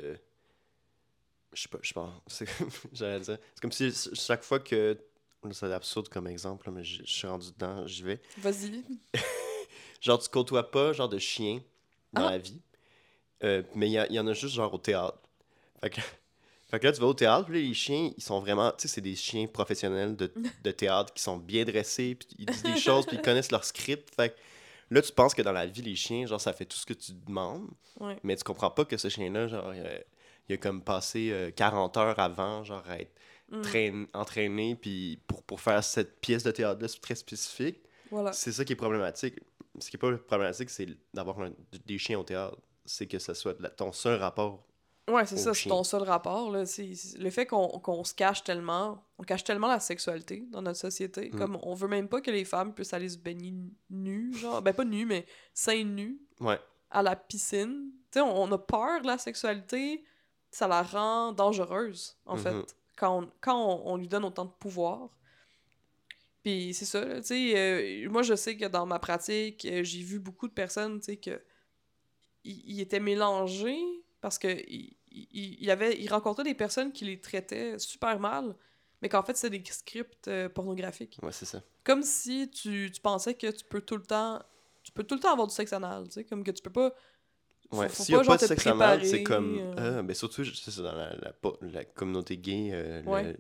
je sais pas, j'allais dire. C'est comme si chaque fois que... là, c'est absurde comme exemple, là, mais je suis rendu dedans, j'y vais. Vas-y. Genre, tu côtoies pas genre de chien dans Ah! la vie, mais il y en a juste genre au théâtre. Fait que, fait que là, tu vas au théâtre, puis là, les chiens, ils sont vraiment... Tu sais, c'est des chiens professionnels de théâtre qui sont bien dressés, puis ils disent des choses, puis ils connaissent leur script. Fait que là, tu penses que dans la vie, les chiens, genre, ça fait tout ce que tu demandes, Ouais. mais tu comprends pas que ce chien-là, genre, il a comme passé 40 heures avant, genre, à être entraîné, puis pour faire cette pièce de théâtre-là très spécifique. Voilà. C'est ça qui est problématique. Ce qui est pas problématique, c'est d'avoir des chiens au théâtre. C'est que ce soit ton seul rapport Ouais, c'est au ça, c'est chien. ton seul rapport, là. C'est le fait qu'on se cache tellement, on cache tellement la sexualité dans notre société. Comme, on veut même pas que les femmes puissent aller se baigner nues, genre, ben pas nues, mais seins nus, Ouais. à la piscine. Tu sais, on a peur de la sexualité, ça la rend dangereuse, en fait, quand on lui donne autant de pouvoir. Puis c'est ça, là, tu sais, moi je sais que dans ma pratique, j'ai vu beaucoup de personnes, tu sais, que ils étaient mélangés parce que ils rencontraient des personnes qui les traitaient super mal, mais qu'en fait c'était des scripts pornographiques. Ouais, c'est ça. Comme si tu pensais que tu peux tout le temps avoir du sexe anal, tu sais, comme que tu peux pas Ouais, faut s'il n'y pas a pas genre de te sexe anal, c'est préparer. comme. Ben surtout, c'est ça, dans la communauté gay, Ouais.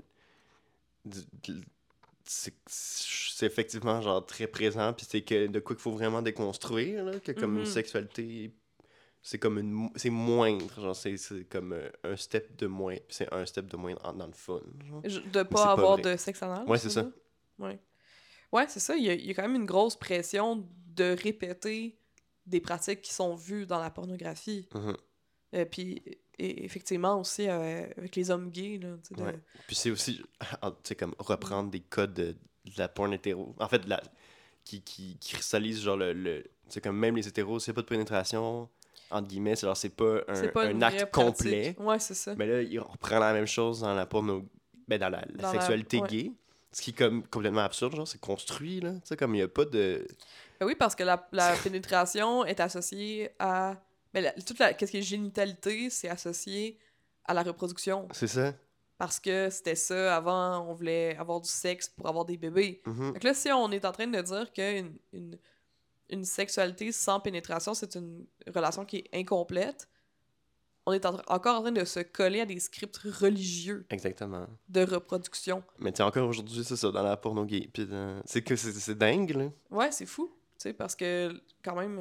c'est effectivement genre très présent, puis c'est que de quoi qu'il faut vraiment déconstruire, là, que comme une sexualité, c'est comme c'est moindre, genre c'est comme un step de moins, puis c'est un step de moins dans le fun. Genre. De Mais pas c'est pas avoir vrai. de sexe anal. Ouais, tu c'est veux ça. dire? Ouais. Ouais, c'est ça. Il y a quand même une grosse pression de répéter des pratiques qui sont vues dans la pornographie. Mhm. Puis, effectivement, aussi avec les hommes gays, là, tu sais, Ouais. Puis c'est aussi, tu sais, comme reprendre des codes de la porn hétéro. En fait, qui cristallise genre tu sais, comme même les hétéros, c'est pas de pénétration, entre guillemets, c'est pas c'est pas une un vraie acte pratique. complet. Ouais, c'est ça. Mais là, on reprend la même chose dans la porno, ben dans la Dans sexualité ouais. gay. Ce qui est comme complètement absurde, genre, c'est construit, là. Tu sais, comme il y a pas de... Ben oui, parce que la pénétration est associée à... Ben, qu'est-ce qui est génitalité, c'est associé à la reproduction. C'est ça. Parce que c'était ça, avant, on voulait avoir du sexe pour avoir des bébés. Mhm. Donc là, si on est en train de dire qu'une une sexualité sans pénétration, c'est une relation qui est incomplète, on est encore en train de se coller à des scripts religieux Exactement. de reproduction. Mais tu sais, encore aujourd'hui, c'est ça, dans la porno gay. Puis c'est que c'est dingue, là. Ouais, c'est fou, tu sais, parce que, quand même,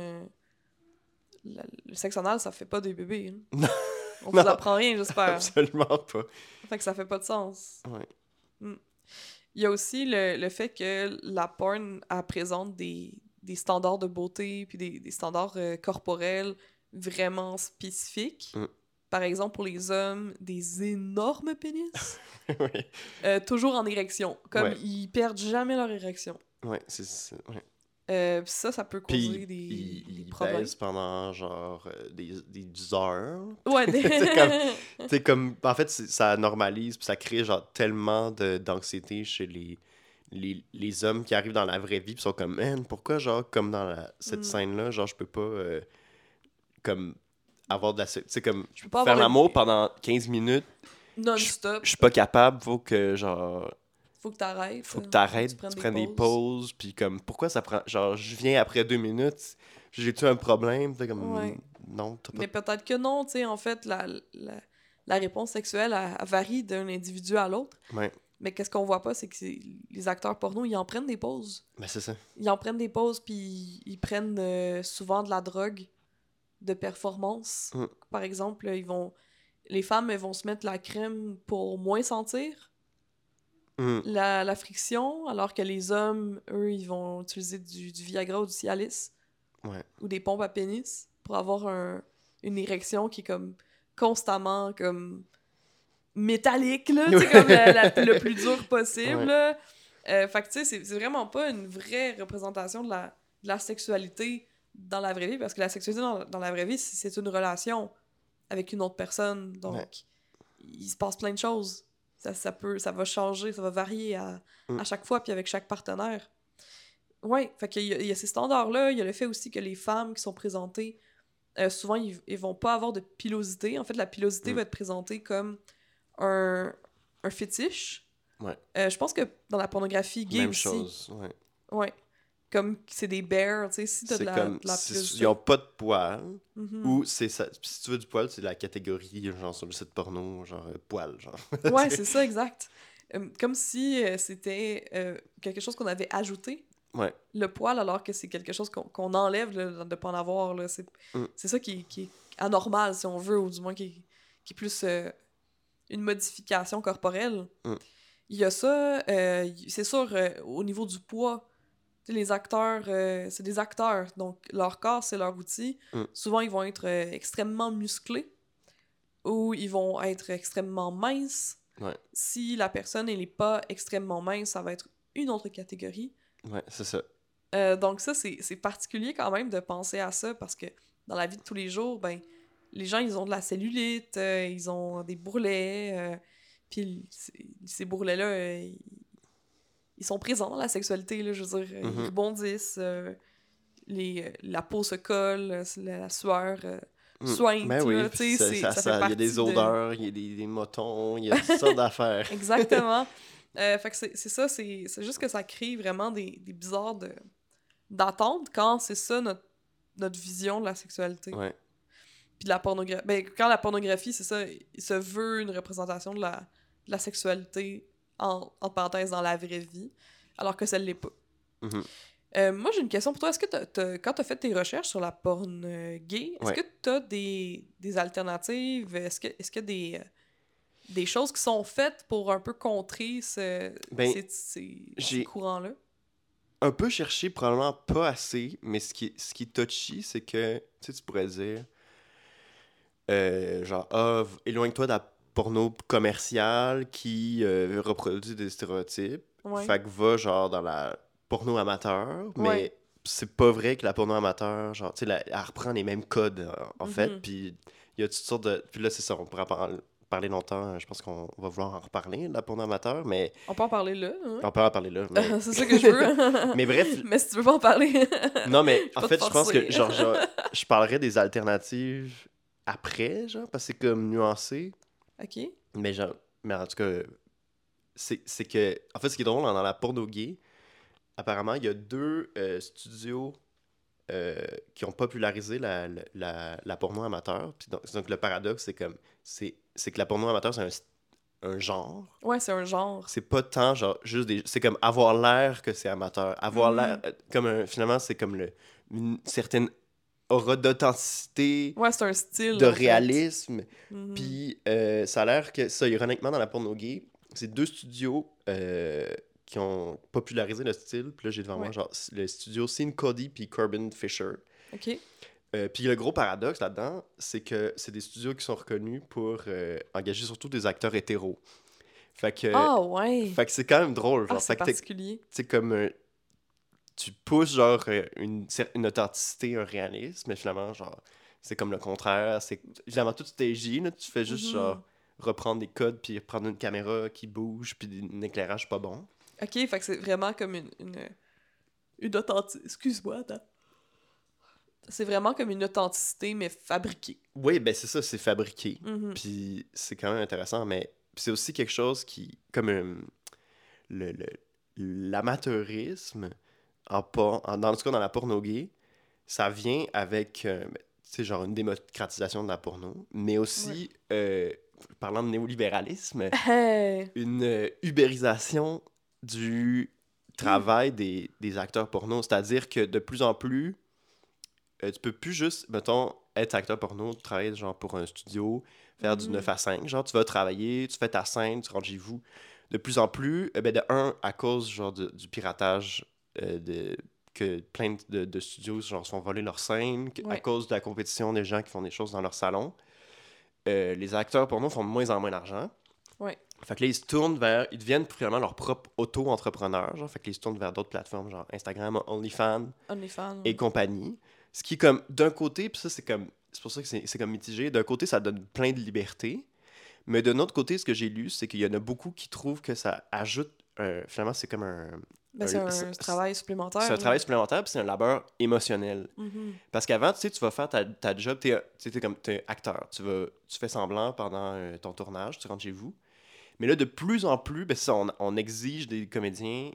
le sexe anal, ça fait pas des bébés. Hein. On vous Non. apprend rien, j'espère. Absolument pas. Fait que ça fait pas de sens. Ouais. Il y a aussi le fait que la porn, elle présente des standards de beauté puis des standards corporels vraiment spécifiques. Par exemple, pour les hommes, des énormes pénis. Ouais. Toujours en érection. Comme Ouais. ils perdent jamais leur érection. Ouais, ouais. Puis ça peut Puis causer des il problèmes. baise pendant genre des heures. Ouais, C'est comme, en fait, ça normalise, puis ça crée genre tellement d'anxiété chez les hommes qui arrivent dans la vraie vie, puis sont comme, man, pourquoi, genre, comme dans cette scène-là, genre, je peux pas, comme, avoir de la. Tu sais, comme, Je peux pas faire avoir l'amour pendant 15 minutes, je non-stop. suis pas capable, faut que, genre, Faut que t'arrêtes. faut que Faut que tu t'arrêtes, prennes tu des prennes des pauses. pauses, puis comme, pourquoi ça prend. Genre, je viens après 2 minutes, j'ai-tu un problème? T'es comme, Ouais. non, t'as pas. Mais peut-être que non, tu sais, en fait, la réponse sexuelle, elle varie d'un individu à l'autre. Ouais, Mais qu'est-ce qu'on voit pas, c'est que les acteurs porno, ils en prennent des pauses. ben c'est ça. Ils en prennent des pauses, puis ils prennent souvent de la drogue de performance. Mm. Par exemple, les femmes, elles vont se mettre la crème pour moins sentir Mm. la friction, alors que les hommes, eux, ils vont utiliser du Viagra ou du Cialis Ouais. ou des pompes à pénis pour avoir une érection qui est comme constamment comme métallique, là, tu sais, comme le plus dur possible, Ouais. là. Fait que, tu sais, c'est vraiment pas une vraie représentation de la sexualité dans la vraie vie, parce que la sexualité dans la vraie vie, c'est une relation avec une autre personne, donc Ouais. il se passe plein de choses. Ça va changer, ça va varier à chaque fois, puis avec chaque partenaire. Ouais, fait qu'il y a ces standards-là, il y a le fait aussi que les femmes qui sont présentées, souvent, ils vont pas avoir de pilosité. En fait, la pilosité va être présentée comme un fétiche. Ouais. Je pense que dans la pornographie gay Même aussi. chose, ouais. Ouais. Comme c'est des bears, tu sais, si t'as C'est de comme, la pilosité. ils ont pas de poils, Mhm. ou c'est ça, si tu veux du poil, c'est la catégorie, genre, sur le site porno, genre, poil, genre. Ouais, c'est ça, exact. Comme si c'était quelque chose qu'on avait ajouté, Ouais. le poil, alors que c'est quelque chose qu'on enlève là, de pas en avoir. Là. Mm. C'est ça qui est anormal, si on veut, ou du moins qui est plus une modification corporelle. Mm. Il y a ça, c'est sûr, au niveau du poids, tu sais, les acteurs, c'est des acteurs, donc leur corps, c'est leur outil. Mm. Souvent, ils vont être extrêmement musclés ou ils vont être extrêmement minces. Ouais. Si la personne, elle n'est pas extrêmement mince, ça va être une autre catégorie. Ouais, c'est ça. Donc ça, c'est particulier quand même de penser à ça, parce que dans la vie de tous les jours, ben, les gens, ils ont de la cellulite, ils ont des bourrelets, puis ces bourrelets-là, ils sont présents dans la sexualité, là, je veux dire, ils Mhm. rebondissent, la peau se colle, la sueur soigne, Ben oui, là, tu sais, ça fait il y a partie des odeurs, il y a des motons, il y a toutes sortes d'affaires. Exactement. Fait que c'est ça, c'est juste que ça crée vraiment des bizarres d'attente quand c'est ça notre vision de la sexualité. Ouais. Puis de la pornographie. Ben, quand la pornographie, c'est ça, il se veut une représentation de la sexualité, entre parenthèses, dans la vraie vie, alors que ça ne l'est pas. Mhm. Moi, j'ai une question pour toi. Est-ce que quand tu as fait tes recherches sur la porn gay, est-ce Ouais. que tu as des alternatives? Est-ce qu'il y a des choses qui sont faites pour un peu contrer Ben, ces j'ai courants-là? un peu cherché, probablement pas assez, mais ce qui est touchy, c'est que, tu sais, tu pourrais dire, genre, éloigne-toi de la porno commerciale qui reproduit des stéréotypes. Ouais. Fait que va, genre, dans la porno amateur, mais Ouais. c'est pas vrai que la porno amateur, genre, tu sais, elle reprend les mêmes codes, en fait, Mhm. puis il y a toutes sortes de... Puis là, c'est ça, on pourra parler longtemps, je pense qu'on va vouloir en reparler, de la porno amateur, mais On peut en parler là, hein? on peut en parler là, mais... C'est ça que je veux. Mais bref, Mais si tu veux pas en parler, non, mais je vais en pas fait, te je pense que, forcer. genre, je parlerai des alternatives après, genre, parce que c'est comme nuancé. OK. Mais genre, mais en tout cas, c'est que, en fait, ce qui est drôle, dans la porno gay, apparemment, il y a 2 studios qui ont popularisé la porno amateur. Puis donc, le paradoxe, c'est comme, c'est que la porno amateur, c'est un genre. Ouais, c'est un genre. C'est pas tant, genre, juste des... C'est comme avoir l'air que c'est amateur. Avoir l'air... Comme finalement, c'est comme une certaine aura d'authenticité, Ouais, c'est un style, de en fait. réalisme. Mhm. Puis ça a l'air que ça, ironiquement, dans la porno gay, c'est 2 studios qui ont popularisé le style. Puis là, j'ai devant moi, genre, le studio Scene Cody puis Corbin Fisher. OK. Puis le gros paradoxe là-dedans, c'est que c'est des studios qui sont reconnus pour engager surtout des acteurs hétéros. Fait que, Ah, ouais. fait que c'est quand même drôle. Genre, Ah, c'est fait que particulier. c'est comme tu pousses, genre, une authenticité, un réalisme, mais finalement, genre, c'est comme le contraire. C'est, évidemment, tout est stagé, là, tu fais juste, genre, reprendre des codes, puis prendre une caméra qui bouge, puis un éclairage pas bon. Ok, fait que c'est vraiment comme une authenticité. Excuse-moi, attends. C'est vraiment comme une authenticité, mais fabriquée. Oui, ben c'est ça, c'est fabriqué. Mhm. Puis c'est quand même intéressant, mais c'est aussi quelque chose qui, comme le, le- l'amateurisme, dans tout cas dans la porno gay, ça vient avec, tu sais, genre une démocratisation de la porno, mais aussi, parlant de néolibéralisme, Hey! une ubérisation du travail des acteurs porno. C'est-à-dire que de plus en plus, tu peux plus juste, mettons, être acteur porno, travailler genre pour un studio, faire du 9 à 5. Genre, tu vas travailler, tu fais ta scène, tu rentres chez vous. De plus en plus, ben de un, à cause genre du piratage, que plein de studios genre, sont volés leurs scènes, à Ouais. cause de la compétition des gens qui font des choses dans leur salon, les acteurs porno font de moins en moins d'argent. Ouais. Fait que là, ils deviennent finalement leur propre auto-entrepreneur. Genre, fait que là, ils se tournent vers d'autres plateformes, genre Instagram, OnlyFans OnlyFans. et compagnie. Ce qui est comme, d'un côté, puis ça, c'est pour ça que c'est comme mitigé. D'un côté, ça donne plein de liberté. Mais d'un autre côté, ce que j'ai lu, c'est qu'il y en a beaucoup qui trouvent que ça ajoute, finalement, c'est comme Ben, c'est un travail supplémentaire. c'est un travail supplémentaire, puis c'est un labeur émotionnel. Mhm. Parce qu'avant, tu sais, tu vas faire ta job, t'es acteur. Tu fais semblant pendant ton tournage, tu rentres chez vous. Mais là, de plus en plus, ben, c'est ça, on exige des comédiens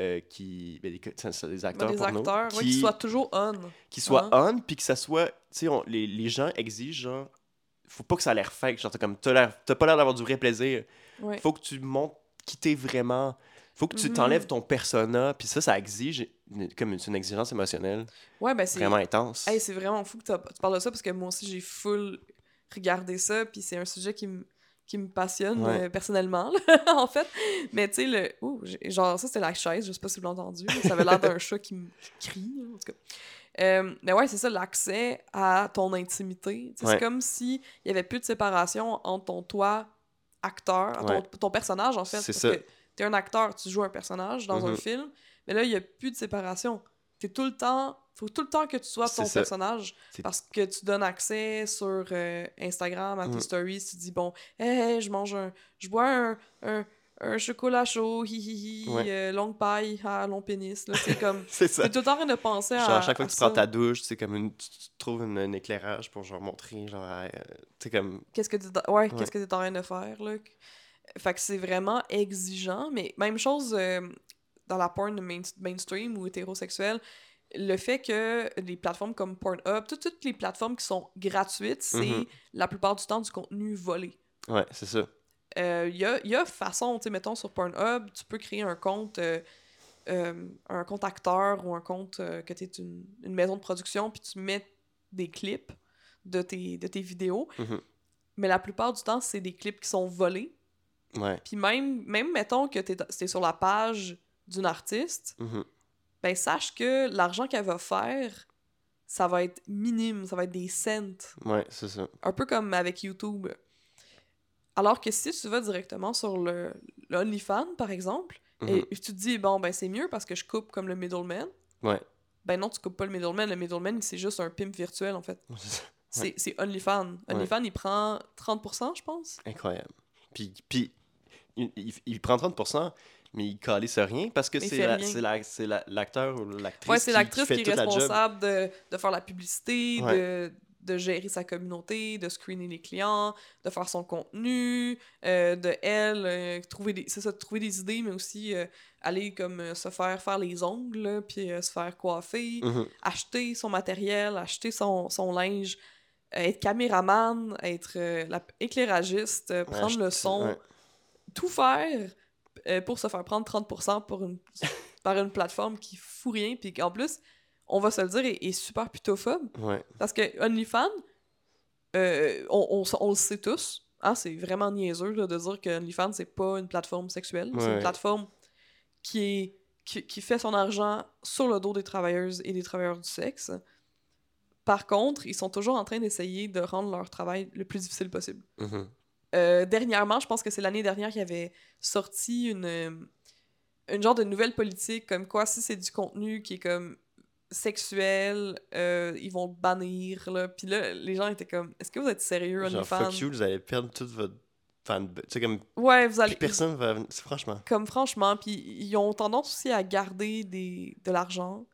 des acteurs Des porno acteurs, ouais, qui soient toujours on. qui soient Hein? on, puis que ça soit, tu sais, les gens exigent, genre, faut pas que ça a l'air fake, genre, t'as pas l'air d'avoir du vrai plaisir. Ouais. Faut que tu montres qui t'es vraiment. Faut que tu Mhm. t'enlèves ton persona, puis ça exige comme une exigence émotionnelle Ouais, ben c'est. vraiment intense. Hey, c'est vraiment fou que tu parles de ça parce que moi aussi j'ai full regardé ça, puis c'est un sujet qui me passionne Ouais. personnellement, là, en fait. Mais tu sais, genre ça c'était la chaise, je sais pas si vous l'avez entendu, mais ça avait l'air d'un chat qui crie, en tout cas. Mais ouais, c'est ça, l'accès à ton intimité. Tu sais, Ouais. c'est comme s'il y avait plus de séparation entre ton toi, acteur, Ouais. ton personnage, en fait. C'est Parce ça. que t'es un acteur, tu joues un personnage dans un Mhm. film, mais là, il y a plus de séparation. T'es tout le temps... Faut tout le temps que tu sois C'est ton ça. personnage parce que tu donnes accès sur Instagram à tes Mhm. stories, tu dis, bon, hey, je bois un chocolat chaud, hi hi hi, Ouais. longue paille, long pénis, là, c'est comme... C'est ça. T'es tout le temps en train de penser Genre, à chaque fois à que tu prends ça. ta douche, c'est comme tu trouves un éclairage pour genre montrer, genre, tu sais, comme. Qu'est-ce que Ouais. qu'est-ce que t'es en train de faire, là? Fait que c'est vraiment exigeant, mais même chose dans la porn mainstream ou hétérosexuelle, le fait que les plateformes comme Pornhub, toutes les plateformes qui sont gratuites, c'est Mhm. la plupart du temps du contenu volé. Ouais, c'est ça. Il y a façon, tu sais, mettons sur Pornhub, tu peux créer un compte acteur ou un compte que t'es une maison de production, puis tu mets des clips de tes vidéos. Mhm. Mais la plupart du temps, c'est des clips qui sont volés. Ouais. Puis même mettons que t'es sur la page d'une artiste, Mhm. ben sache que l'argent qu'elle va faire, ça va être minime, ça va être des cents. Ouais, c'est ça. Un peu comme avec YouTube. Alors que si tu vas directement sur le OnlyFans, par exemple, Mhm. et tu te dis, bon, ben c'est mieux parce que je coupe comme le middleman, Ouais. ben non, tu coupes pas le middleman. Le middleman, c'est juste un pimp virtuel, en fait. C'est ça. Ouais. C'est OnlyFans. Ouais. OnlyFans, il prend 30%, je pense. Incroyable. Puis il prend 30%, mais il calisse rien parce que Mais il fait rien. c'est l'acteur ou Ouais, l'actrice c'est qui l'actrice fait qui est toute la job. responsable de faire la publicité, Ouais. de gérer sa communauté, de screener les clients, de faire son contenu, de elle, trouver des idées, mais aussi aller comme se faire les ongles, là, puis se faire coiffer, Mhm. acheter son matériel, acheter son linge, être caméraman, être éclairagiste, prendre le son, Ouais. tout faire pour se faire prendre 30% par une plateforme qui fout rien, puis qu'en plus, on va se le dire, est super putophobe. Ouais. Parce que OnlyFans, on le sait tous, hein, c'est vraiment niaiseux là, de dire que OnlyFans, c'est pas une plateforme sexuelle. C'est une Ouais. plateforme qui fait son argent sur le dos des travailleuses et des travailleurs du sexe. Par contre, ils sont toujours en train d'essayer de rendre leur travail le plus difficile possible. Mhm. Dernièrement, je pense que c'est l'année dernière qu'il y avait sorti une genre de nouvelle politique, comme quoi, si c'est du contenu qui est comme sexuel, ils vont le bannir, là. Puis là, les gens étaient comme, est-ce que vous êtes sérieux, Genre, OnlyFans? fuck you, vous allez perdre toute votre fan. Tu sais, comme. Ouais, vous Plus allez... personne va. Franchement. Comme franchement, puis ils ont tendance aussi à garder de l'argent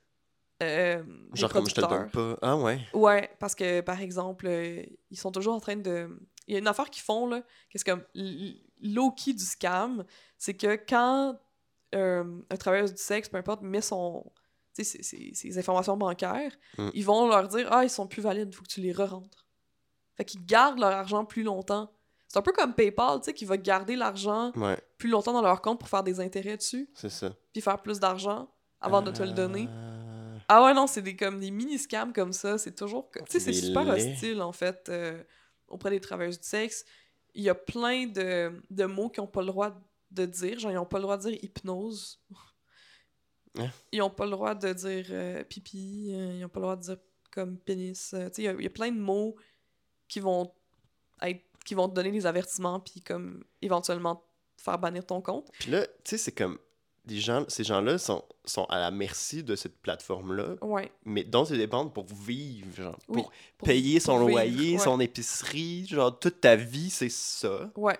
des Genre, comme je te le donne producteurs. pas. Ah ouais. Ouais, parce que, par exemple, ils sont toujours en train de... Il y a une affaire qu'ils font, là, que c'est comme low-key du scam, c'est que quand un travailleur du sexe, peu importe, met son... Tu sais, ses informations bancaires, Mm. ils vont leur dire « Ah, ils sont plus valides, faut que tu les re-rentres. » Fait qu'ils gardent leur argent plus longtemps. C'est un peu comme PayPal, tu sais, qui va garder l'argent Ouais, plus longtemps dans leur compte pour faire des intérêts dessus, c'est ça. puis faire plus d'argent avant de te le donner. Euh, Ah ouais, non, c'est comme des mini-scams comme ça. C'est toujours... Tu sais, c'est Des super laits. hostile, en fait, auprès des travailleuses du sexe. Il y a plein de mots qu'ils n'ont pas le droit de dire. Genre, ils n'ont pas le droit de dire hypnose. Hein? Ils n'ont pas le droit de dire pipi. Ils n'ont pas le droit de dire comme pénis. Tu sais, il y a plein de mots qui vont qui vont te donner des avertissements puis comme éventuellement te faire bannir ton compte. Puis là, tu sais, c'est comme. Ces gens-là sont à la merci de cette plateforme-là, Ouais. mais dont ils dépendent pour vivre, genre, Oui, pour payer son pour vivre, loyer, ouais. son épicerie, genre, toute ta vie, c'est ça. Ouais.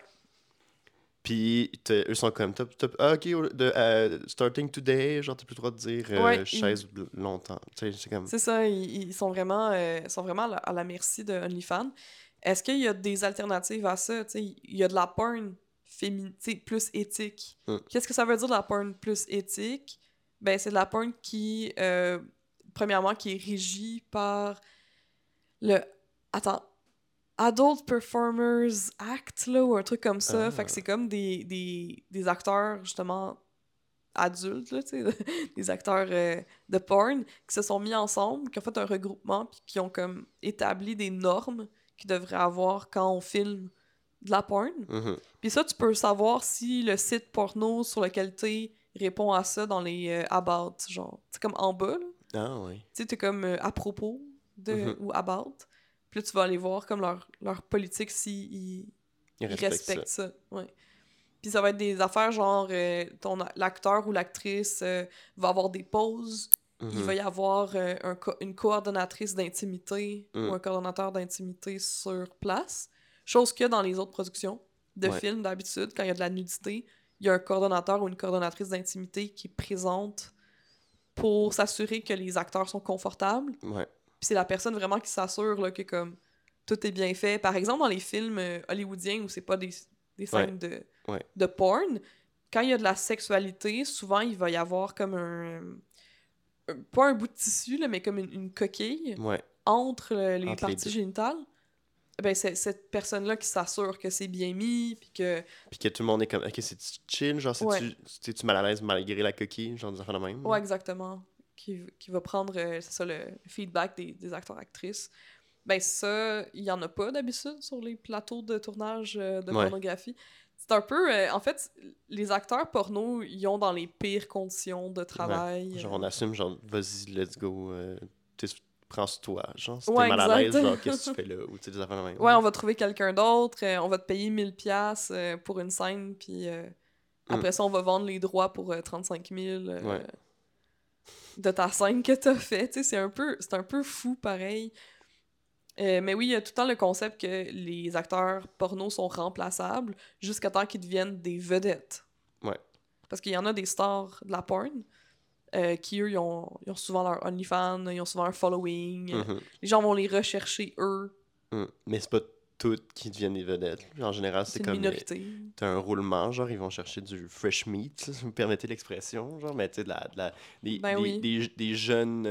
Puis eux sont comme, ah, ok, starting today, genre, t'as plus le droit de dire Ouais, chaise longtemps. Tu sais, c'est comme. C'est ça, ils sont vraiment à la merci de OnlyFans. Est-ce qu'il y a des alternatives à ça? T'sais, il y a de la porn féminine, plus éthique. Mm. Qu'est-ce que ça veut dire de la porn plus éthique? Ben, c'est de la porn qui, premièrement, qui est régie par le... Attends, Adult Performers Act, là, ou un truc comme ça. Ah. Fait que c'est comme des acteurs, justement, adultes, là, tu sais, des acteurs de porn qui se sont mis ensemble, qui ont fait un regroupement, puis qui ont comme établi des normes qu'ils devraient avoir quand on filme de la porn. Mhm. Puis ça, tu peux savoir si le site porno sur lequel t'es répond à ça dans les about, genre, c'est comme en bas, là. Ah, oui. Tu sais, t'es comme à propos de, Mhm. ou about. Puis là, tu vas aller voir comme leur politique s'ils Ils respectent ça. Ouais. Puis ça va être des affaires genre l'acteur ou l'actrice va avoir des pauses. Il Mhm. va y avoir une coordonnatrice d'intimité Mm. ou un coordonnateur d'intimité sur place. Chose que dans les autres productions de Ouais. films, d'habitude, quand il y a de la nudité, il y a un coordonnateur ou une coordonnatrice d'intimité qui est présente pour s'assurer que les acteurs sont confortables. Ouais. Puis c'est la personne vraiment qui s'assure là, que comme tout est bien fait. Par exemple, dans les films hollywoodiens où c'est pas des scènes de porn, quand il y a de la sexualité, souvent il va y avoir comme pas un bout de tissu, là, mais comme une coquille Ouais. entre les Entre les parties deux. génitales. Ben, c'est cette personne-là qui s'assure que c'est bien mis, puis que... Puis que tout le monde est comme, ok, c'est chill, genre, Ouais. c'est-tu mal à l'aise malgré la coquille, genre, des affaires de même. Ouais, exactement. Qui va prendre, c'est ça, le feedback des acteurs-actrices. Ben ça, il y en a pas d'habitude sur les plateaux de tournage de Ouais. pornographie. C'est un peu... en fait, les acteurs porno, ils ont dans les pires conditions de travail. Genre, on assume, genre, vas-y, let's go, prends sur toi. Genre, si Ouais, t'es mal à l'aise, exact. genre, qu'est-ce que tu fais là? Ou tu sais, des affaires de même. Ouais, on va trouver quelqu'un d'autre, on va te payer 1000$ pour une scène, puis après ça, on va vendre les droits pour 35 000 Ouais. de ta scène que t'as fait. Tu sais, c'est un peu fou, pareil. Mais oui, il y a tout le temps le concept que les acteurs porno sont remplaçables jusqu'à temps qu'ils deviennent des vedettes. Ouais. Parce qu'il y en a des stars de la porn qui, eux, ils ont souvent leur OnlyFans, ils ont souvent un following. Mhm. Les gens vont les rechercher, eux. Mais c'est pas toutes qui deviennent des vedettes. En général, C'est c'est une comme. minorité. T'as un roulement, genre, ils vont chercher du fresh meat, là, si vous me permettez l'expression, genre, mais tu sais, Ben oui. des jeunes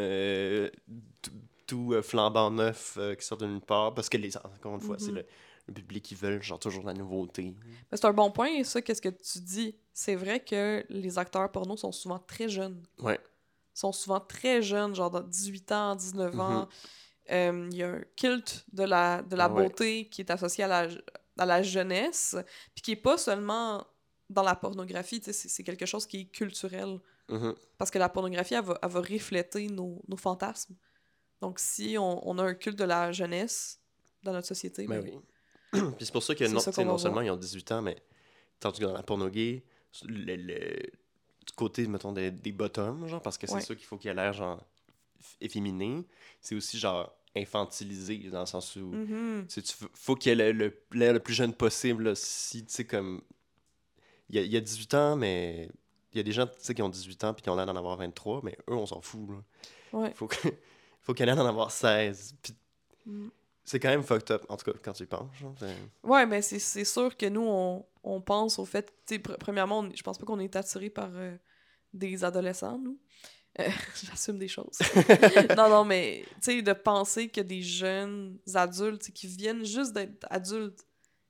tout flambant neufs qui sortent de nulle part, parce que, encore une fois, c'est le public qui veulent, genre, toujours de la nouveauté. Mais c'est un bon point, ça, qu'est-ce que tu dis? C'est vrai que les acteurs porno sont souvent très jeunes. Ouais. Ils sont souvent très jeunes, genre dans 18 ans, 19 ans. Il y a un culte de la Ouais. beauté qui est associé à la jeunesse, puis qui est pas seulement dans la pornographie, tu sais, c'est quelque chose qui est culturel. Mhm. Parce que la pornographie, elle va refléter nos fantasmes. Donc si on a un culte de la jeunesse dans notre société, Ben ben, oui. Puis c'est pour ça que c'est non, ça tu sais, qu'on va non seulement voir. ils ont 18 ans, mais tandis que dans la porno gay, le du côté, mettons, des bottoms, genre, parce que c'est sûr qu'il faut qu'il ait l'air, genre, efféminé. C'est aussi, genre, infantilisé, dans le sens où faut qu'il ait l'air le plus jeune possible, là. Si, tu sais, comme... Il y a 18 ans, mais... Il y a des gens, tu sais, qui ont 18 ans puis qui ont l'air d'en avoir 23, mais eux, on s'en fout, là. Ouais. Faut qu'il ait l'air d'en avoir 16. Puis Mm. c'est quand même fucked up, en tout cas, quand tu y penses, genre. Ouais, mais c'est sûr que nous, on pense au fait... Tu sais, premièrement, je pense pas qu'on est attiré par des adolescents, nous. J'assume des choses. Non, mais tu sais, de penser que des jeunes adultes qui viennent juste d'être adultes,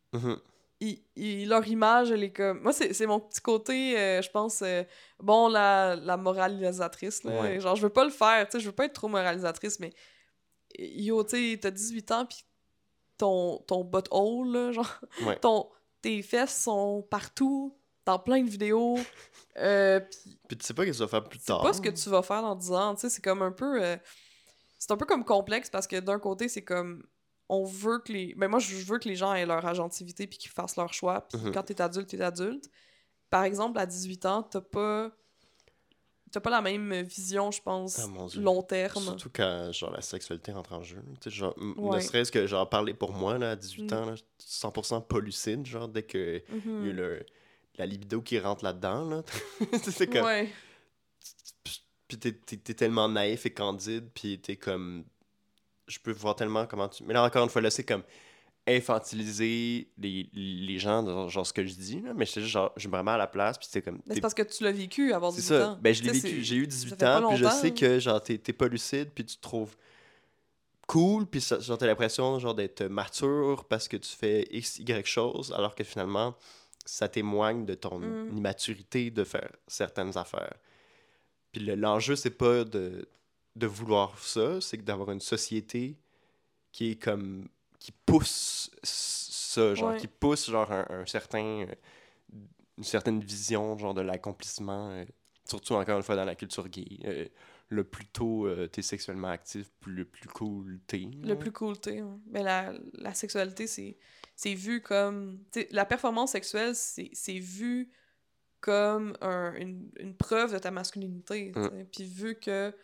leur image, elle est comme... Moi, c'est mon petit côté, je pense, bon, la moralisatrice, là. Ouais. Genre, je veux pas le faire, tu sais, je veux pas être trop moralisatrice, mais yo, tu sais, t'as 18 ans, pis ton butthole, là, genre, Ouais. tes fesses sont partout, dans plein de vidéos, Puis tu sais pas ce que tu vas faire plus c'est tard. pas ce que tu vas faire dans 10 ans, tu sais, c'est comme un peu... c'est un peu comme complexe, parce que d'un côté, c'est comme... On veut que les... Ben moi, je veux que les gens aient leur agentivité puis qu'ils fassent leur choix, puis quand t'es adulte, t'es adulte. Par exemple, à 18 ans, t'as pas la même vision, je pense, Ah, mon Dieu. long terme. Surtout quand, genre, la sexualité rentre en jeu. Tu sais, genre, ne Ouais. serait-ce que, genre, parler pour moi, là, à 18 ans, là, 100% pas lucide, genre, dès que il y a la libido qui rentre là-dedans, là. C'est comme... Ouais. Puis t'es tellement naïf et candide, puis t'es comme... Je peux voir tellement comment tu... Mais là, encore une fois, là, c'est comme infantiliser les gens, genre ce que je dis, là, mais j'étais juste genre, je me remets à la place, puis c'était comme... Mais c'est parce que tu l'as vécu, avoir C'est 18 ça, ans. ben je l'ai Tu sais, vécu, j'ai eu ça 18 fait pas ans, puis je longtemps. sais que, genre, t'es pas lucide, puis tu te trouves cool, puis genre, t'as l'impression, genre, d'être mature parce que tu fais X, Y chose, alors que finalement, ça témoigne de ton immaturité de faire certaines affaires. Puis l'enjeu, c'est pas de vouloir ça, c'est d'avoir une société qui est comme... qui pousse ça, genre, qui pousse, genre, un certain... une certaine vision, genre, de l'accomplissement, surtout, encore une fois, dans la culture gay. Le plus tôt t'es sexuellement actif, le plus cool t'es. Le plus cool t'es. Ouais. Mais la sexualité, c'est vu comme... t'sais, la performance sexuelle, c'est vu comme une preuve de ta masculinité. Puis vu que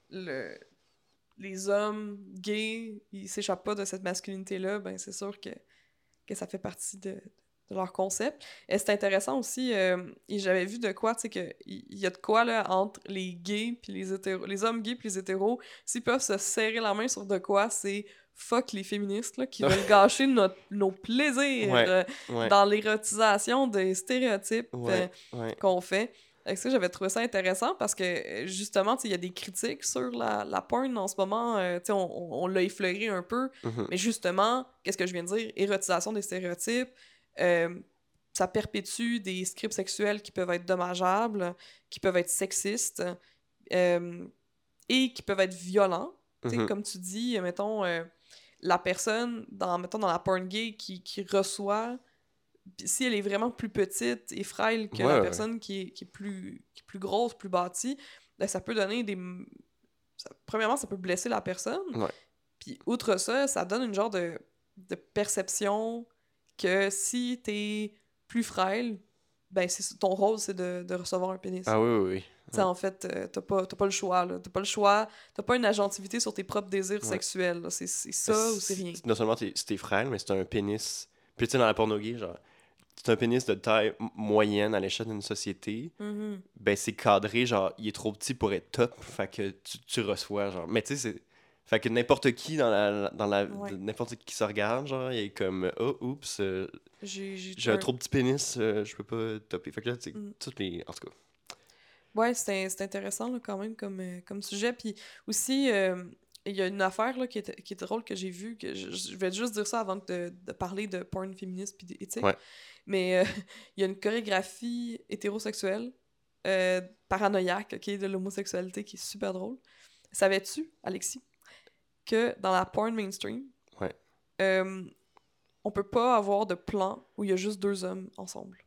les hommes gays, ils s'échappent pas de cette masculinité-là, ben c'est sûr que ça fait partie de leur concept. Et c'est intéressant aussi, et j'avais vu de quoi, tu sais, qu'il y a de quoi, là, entre les gays puis les hétéros, les hommes gays puis les hétéros, s'ils peuvent se serrer la main sur de quoi, c'est fuck les féministes, là, qui veulent gâcher nos plaisirs dans l'érotisation des stéréotypes qu'on fait. Avec ça, j'avais trouvé ça intéressant parce que, justement, il y a des critiques sur la porn en ce moment. On l'a effleuré un peu. Mais justement, qu'est-ce que je viens de dire? Érotisation des stéréotypes. Ça perpétue des scripts sexuels qui peuvent être dommageables, qui peuvent être sexistes et qui peuvent être violents. Comme tu dis, mettons, la personne, mettons, dans la porn gay qui reçoit... si elle est vraiment plus petite et frêle que la personne qui est plus grosse, plus bâtie, ben ça peut donner premièrement, ça peut blesser la personne. Puis, outre ça, ça donne une genre de perception que si t'es plus frêle, ben ton rôle, c'est de recevoir un pénis. Ah oui. Tu sais, en fait, t'as pas le choix, là. T'as pas le choix, t'as pas une agentivité sur tes propres désirs sexuels, là. C'est ça ou c'est rien. Non seulement t'es frêle, mais c'est un pénis... Puis tu sais, dans la porno gay, genre... C'est un pénis de taille moyenne à l'échelle d'une société, ben c'est cadré, genre, il est trop petit pour être top, fait que tu reçois, genre... Mais tu sais, c'est... Fait que n'importe qui n'importe qui se regarde, genre, il est comme « Oh, oups, j'ai un trop petit pénis, je peux pas topper. » Fait que là, tu sais, toutes les... En tout cas. Ouais, c'est intéressant, là, quand même, comme sujet. Puis aussi, il y a une affaire, là, qui est drôle que j'ai vue, que je vais juste dire ça avant de parler de porn féministe puis d'éthique. Mais il y a une chorégraphie hétérosexuelle, paranoïaque, de l'homosexualité qui est super drôle. Savais-tu, Alexis, que dans la porn mainstream, on peut pas avoir de plan où il y a juste 2 hommes ensemble.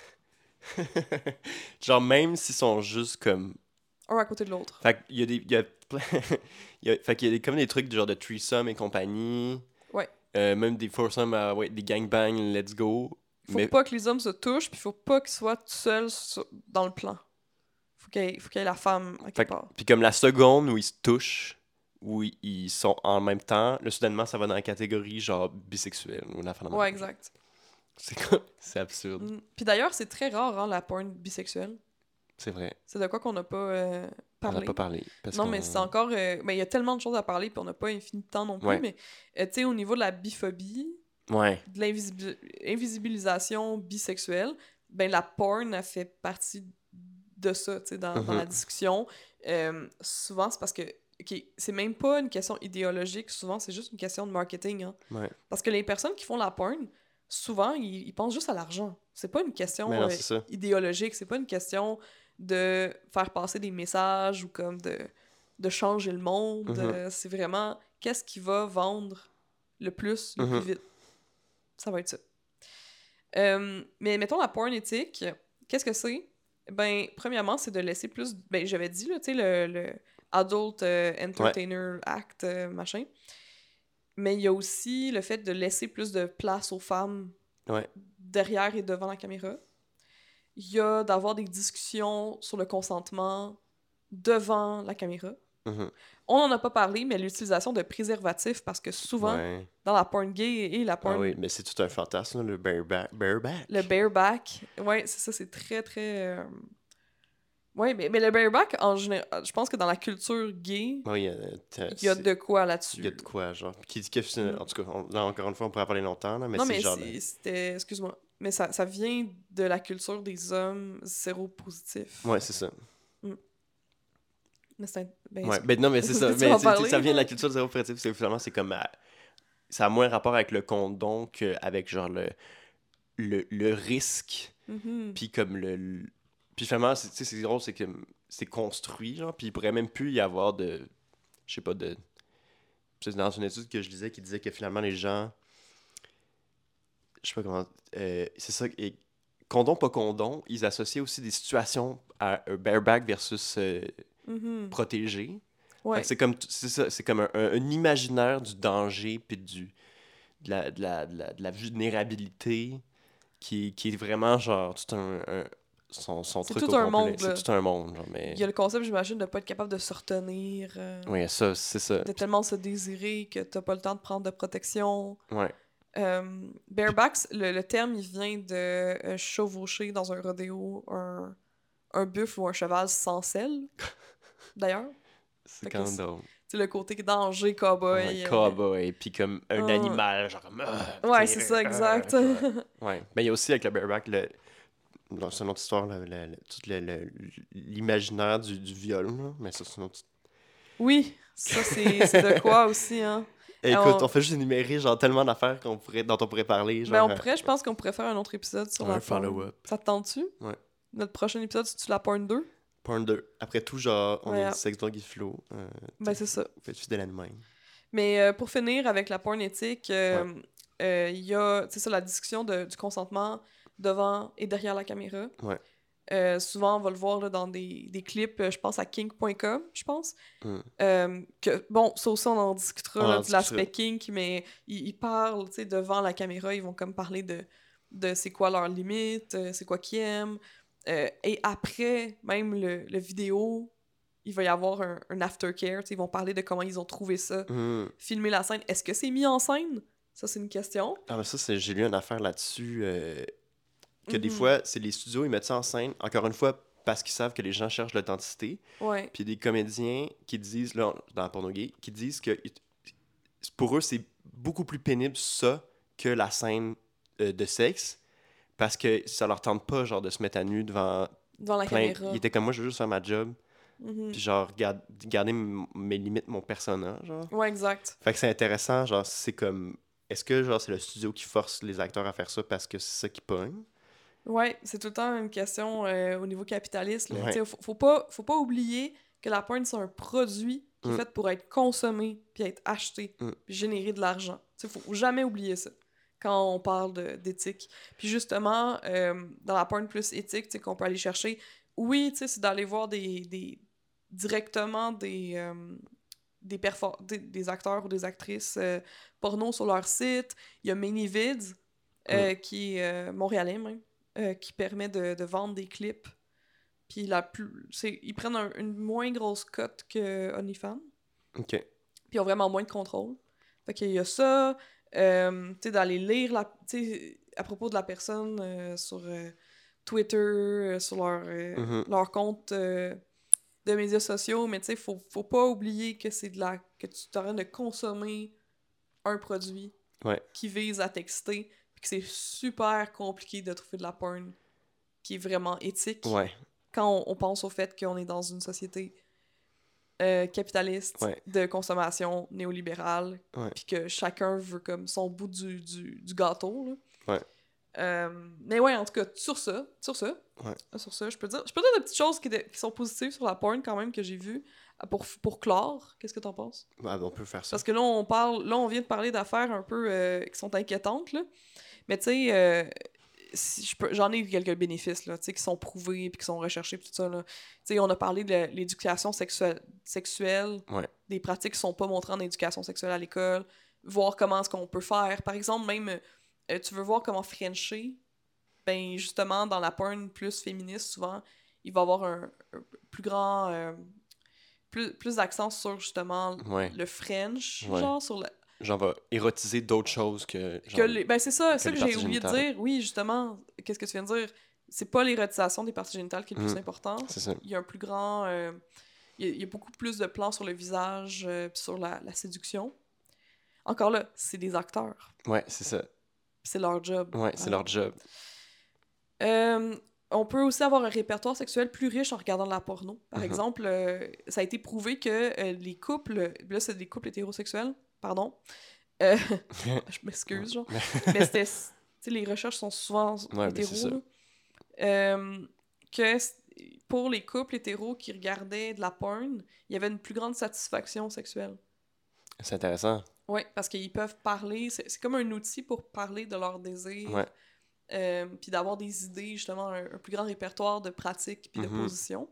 Genre, même s'ils sont juste comme... Un à côté de l'autre. Fait qu'il y a des... fait qu'il y a comme des trucs du genre de threesome et compagnie. Même des foursomes, des gangbangs, let's go. Faut pas que les hommes se touchent, puis faut pas qu'ils soient tout seuls dans le plan. Faut qu'il y ait la femme à quelque part. Puis comme la seconde où ils se touchent, où ils sont en même temps, là, soudainement, ça va dans la catégorie genre bisexuelle ou la femme. Ouais, exact. C'est absurde. Puis d'ailleurs, c'est très rare, hein, la porn bisexuelle. C'est vrai. C'est de quoi qu'on n'a pas On parlé. n'a pas parlé. Non, mais c'est encore... il y a tellement de choses à parler, puis on n'a pas infini de temps non plus, Ouais. mais tu sais, au niveau de la biphobie, Ouais. de l'invisibilisation bisexuelle, ben la porn a fait partie de ça, tu sais, dans la discussion. Souvent, c'est parce que c'est même pas une question idéologique, souvent, c'est juste une question de marketing, hein. Ouais. Parce que les personnes qui font la porn, souvent, ils pensent juste à l'argent. C'est pas une question Mais non, c'est ça. idéologique, c'est pas une question de faire passer des messages ou comme de changer le monde. C'est vraiment qu'est-ce qui va vendre le plus, le plus vite. Ça va être ça. Mais mettons la porn éthique, qu'est-ce que c'est? Ben, premièrement, c'est de laisser plus... Ben, j'avais dit, là, tu sais, le Adult Entertainer Act, machin. Mais il y a aussi le fait de laisser plus de place aux femmes derrière et devant la caméra. Il y a d'avoir des discussions sur le consentement devant la caméra. On n'en a pas parlé, mais l'utilisation de préservatifs, parce que souvent, dans la porn gay et la porn... Ah oui, mais c'est tout un fantasme, le bareback. Le bareback. Ouais, c'est ça, c'est très, très... Ouais, mais le bareback, en général, je pense que dans la culture gay, il y a de quoi là-dessus. Il y a de quoi, genre. En tout cas, là, encore une fois, on pourrait en parler longtemps, là, mais non, c'est mais genre... c'était... Excuse-moi. Mais ça vient de la culture des hommes séropositifs. Ouais, c'est ça. Mais c'est non, mais c'est ça. Mais ça vient de la culture séropositive. Finalement, c'est comme... ça a moins rapport avec le condom qu'avec, genre, le risque. Puis comme Puis finalement, c'est drôle, c'est que c'est construit, genre, puis il pourrait même plus y avoir de... Je sais pas, de... C'est dans une étude que je lisais qui disait que finalement, les gens... Je sais pas comment... c'est ça, et condom, pas condom, ils associaient aussi des situations à un bareback versus protégé. Ouais. C'est comme, c'est comme un imaginaire du danger puis de la vulnérabilité qui est vraiment genre tout son c'est truc tout au un complet. monde. C'est tout un monde. Genre, mais... Il y a le concept, j'imagine, de pas être capable de se retenir. Oui, ça, c'est ça. De tellement se désirer que t'as pas le temps de prendre de protection. Ouais. Barebacks, le terme, il vient de chevaucher dans un rodéo un buffle ou un cheval sans selle, d'ailleurs. C'est quand même drôle. C'est le côté danger cowboy. Ouais, cowboy, puis comme un animal, genre comme... ouais, c'est ça, exact. Ouais. Mais il y a aussi avec le bareback, c'est une autre histoire, tout l'imaginaire du viol, là. Mais ça, c'est une autre... Oui, ça, c'est de quoi aussi, hein. Écoute, on fait juste énumérer genre tellement d'affaires dont on pourrait parler. Genre, je pense qu'on pourrait faire un autre épisode sur la porn. Follow-up. Ça te tente-tu? Ouais. Notre prochain épisode, c'est-tu la porn 2? Porn 2. Après tout, genre, on est sex, drogue et flow. Ben, c'est ça. Fait fidèle à nous-mêmes. Mais pour finir avec la porn éthique, il y a, tu sais ça, la discussion du consentement devant et derrière la caméra. Ouais. Souvent, on va le voir là, dans des clips, je pense à kink.com, je pense. Que, bon, ça aussi, on en discutera là, de l'aspect kink, mais ils parlent, tu sais, devant la caméra, ils vont comme parler de c'est quoi leurs limites, c'est quoi qu'ils aiment. Et après, même le vidéo, il va y avoir un aftercare, tu sais, ils vont parler de comment ils ont trouvé ça, filmer la scène. Est-ce que c'est mis en scène? Ça, c'est une question. Ah, mais ça, j'ai lu une affaire là-dessus... que des fois, c'est les studios, ils mettent ça en scène, encore une fois, parce qu'ils savent que les gens cherchent l'authenticité. Ouais. Puis des comédiens qui disent, là, dans la porno gay, qui disent que pour eux, c'est beaucoup plus pénible ça que la scène de sexe, parce que ça leur tente pas, genre, de se mettre à nu devant la caméra. Ils étaient comme moi, je veux juste faire ma job. Puis genre, garder mes limites, mon personnage, genre. Ouais, exact. Fait que c'est intéressant, genre, c'est comme... Est-ce que, genre, c'est le studio qui force les acteurs à faire ça parce que c'est ça qui pogne? Ouais, c'est tout le temps une question au niveau capitaliste. Ouais. Faut pas oublier que la porn, c'est un produit qui est fait pour être consommé, puis être acheté, puis générer de l'argent. Faut jamais oublier ça quand on parle d'éthique. Puis justement, dans la porn plus éthique, qu'on peut aller chercher, oui, c'est d'aller voir directement des acteurs ou des actrices porno sur leur site. Il y a ManyVids, qui est montréalais même, qui permet de vendre des clips Puis ils prennent une moins grosse cote que OnlyFans. OK. Puis ils ont vraiment moins de contrôle. Fait qu'il y a ça, tu sais, d'aller lire à propos de la personne sur Twitter, sur leur compte de médias sociaux, mais tu sais, faut pas oublier que que tu es en train de consommer un produit qui vise à t'exciter, puis que c'est super compliqué de trouver de la porn qui est vraiment éthique quand on pense au fait qu'on est dans une société capitaliste de consommation néolibérale, puis que chacun veut comme son bout du gâteau. Là. Mais ouais, en tout cas, sur ça, je peux dire des petites choses qui sont positives sur la porn quand même que j'ai vues pour clore. Qu'est-ce que t'en penses? On peut faire ça. Parce que là, on vient de parler d'affaires un peu qui sont inquiétantes, là. Mais tu sais, j'en ai quelques bénéfices là, qui sont prouvés puis qui sont recherchés puis tout ça. Là. On a parlé de l'éducation sexuelle, des pratiques qui sont pas montrées en éducation sexuelle à l'école, voir comment est-ce qu'on peut faire. Par exemple, même, tu veux voir comment frencher, ben justement, dans la porn plus féministe, souvent, il va y avoir un plus grand... plus d'accent sur, justement, le French, genre, sur le... Genre, va érotiser d'autres choses que... Genre, ben c'est ça que j'ai oublié de dire. Oui, justement, qu'est-ce que tu viens de dire? C'est pas l'érotisation des parties génitales qui est le plus important. C'est ça. Il y a un plus grand... il y a beaucoup plus de plans sur le visage puis sur la séduction. Encore là, c'est des acteurs. Ouais, c'est ça. C'est leur job. Ouais, c'est leur job. On peut aussi avoir un répertoire sexuel plus riche en regardant de la porno. Par exemple, ça a été prouvé que les couples... Là, c'est des couples hétérosexuels. Pardon. Je m'excuse, genre. Mais c'était... Tu sais, les recherches sont souvent hétéros. Que pour les couples hétéros qui regardaient de la porn, il y avait une plus grande satisfaction sexuelle. C'est intéressant. Oui, parce qu'ils peuvent parler. C'est comme un outil pour parler de leurs désirs. Puis d'avoir des idées, justement, un plus grand répertoire de pratiques puis de positions.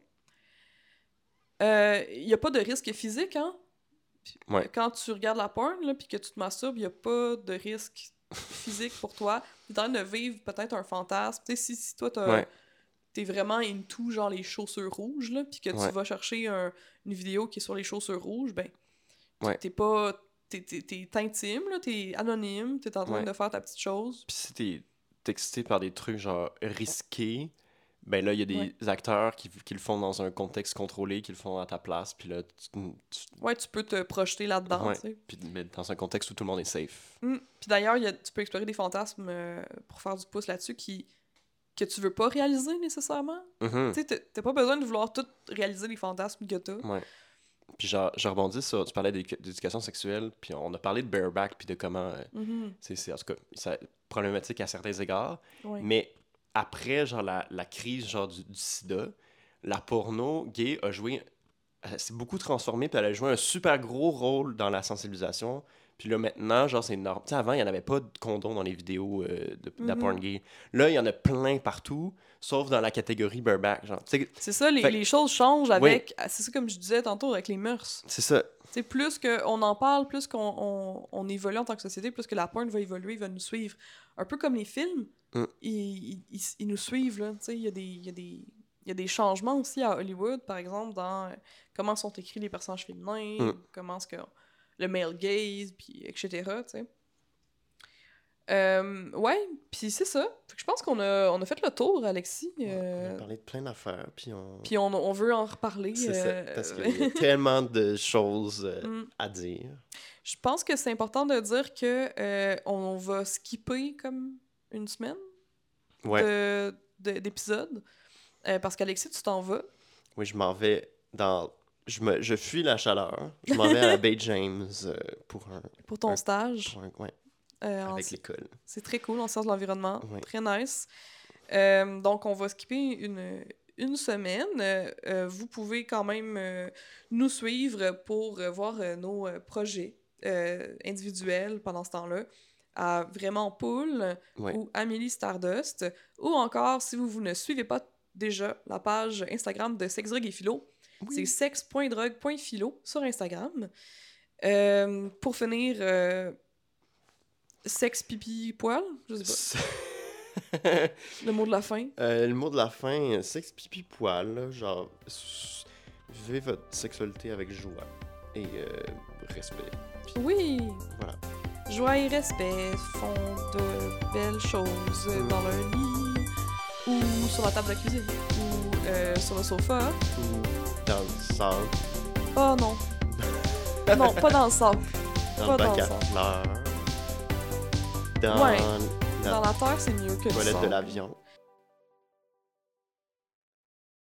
Il n'y a pas de risque physique, hein? Quand tu regardes la porn, là, puis que tu te masturbes, il n'y a pas de risque physique pour toi. Tu es en train de vivre peut-être un fantasme. Tu sais, si toi, t'es vraiment into, genre, les chaussures rouges, là, puis que tu vas chercher une vidéo qui est sur les chaussures rouges, ben, t'es pas... T'es intime, là, t'es anonyme, t'es en train de faire ta petite chose. Puis si t'es excité par des trucs, genre, risqués, ben là, il y a des acteurs qui le font dans un contexte contrôlé, qui le font à ta place, puis là, tu peux te projeter là-dedans, tu sais. Puis dans un contexte où tout le monde est safe. Puis d'ailleurs, tu peux explorer des fantasmes pour faire du pouce là-dessus que tu veux pas réaliser nécessairement. Tu sais, t'as pas besoin de vouloir tout réaliser les fantasmes que t'as. Puis genre, je rebondis sur... Tu parlais d'éducation sexuelle, puis on a parlé de bareback, puis de comment... c'est en tout cas, c'est problématique à certains égards. Mais après, genre, la crise genre du sida, la porno gay a joué... Elle s'est beaucoup transformée, puis elle a joué un super gros rôle dans la sensibilisation. Puis là, maintenant, genre, c'est énorme. Tu sais, avant, il n'y en avait pas de condom dans les vidéos de la porn gay. Là, il y en a plein partout, sauf dans la catégorie bareback, genre. C'est ça, les choses changent avec... C'est ça, comme je disais tantôt, avec les mœurs. C'est ça. C'est plus qu'on en parle, plus qu'on évolue en tant que société, plus que la porn va évoluer, va nous suivre. Un peu comme les films, ils nous suivent, là. Tu sais, il y a des changements aussi à Hollywood, par exemple, dans comment sont écrits les personnages féminins, comment est-ce que... le male gaze, puis etc., tu sais. Puis c'est ça. Fait que je pense qu'on a fait le tour, Alexis. On a parlé de plein d'affaires, puis Puis on veut en reparler. C'est ça, parce qu'il y a tellement de choses à dire. Je pense que c'est important de dire que on va skipper comme une semaine d'épisodes. Parce qu'Alexis, tu t'en vas. Oui, je m'en vais dans... Je fuis la chaleur. Je m'en vais à la Bay James pour ton stage. Avec l'école. C'est très cool en sciences de l'environnement. Très nice. Donc, on va skipper une semaine. Vous pouvez quand même nous suivre pour voir nos projets individuels pendant ce temps-là à Vraiment Poule ou Amélie Stardust. Ou encore, si vous ne suivez pas déjà la page Instagram de Sex, Drogue et Philo, c'est sex.drogue.philo sur Instagram. Pour finir, sexe, pipi, poil, je sais Le mot de la fin. Le mot de la fin, sexe, pipi, poil, là, genre, vivez votre sexualité avec joie et respect. Puis, Oui! voilà. Joie et respect font de belles choses dans leur lit, ou sur la table de la cuisine, ou sur le sofa. Ou dans le sang, Oh non! Non, pas dans le sable. dans Pas le bac dans à le sang. fleurs, dans Ouais. la Dans la terre, c'est mieux que le toilette sang. de l'avion.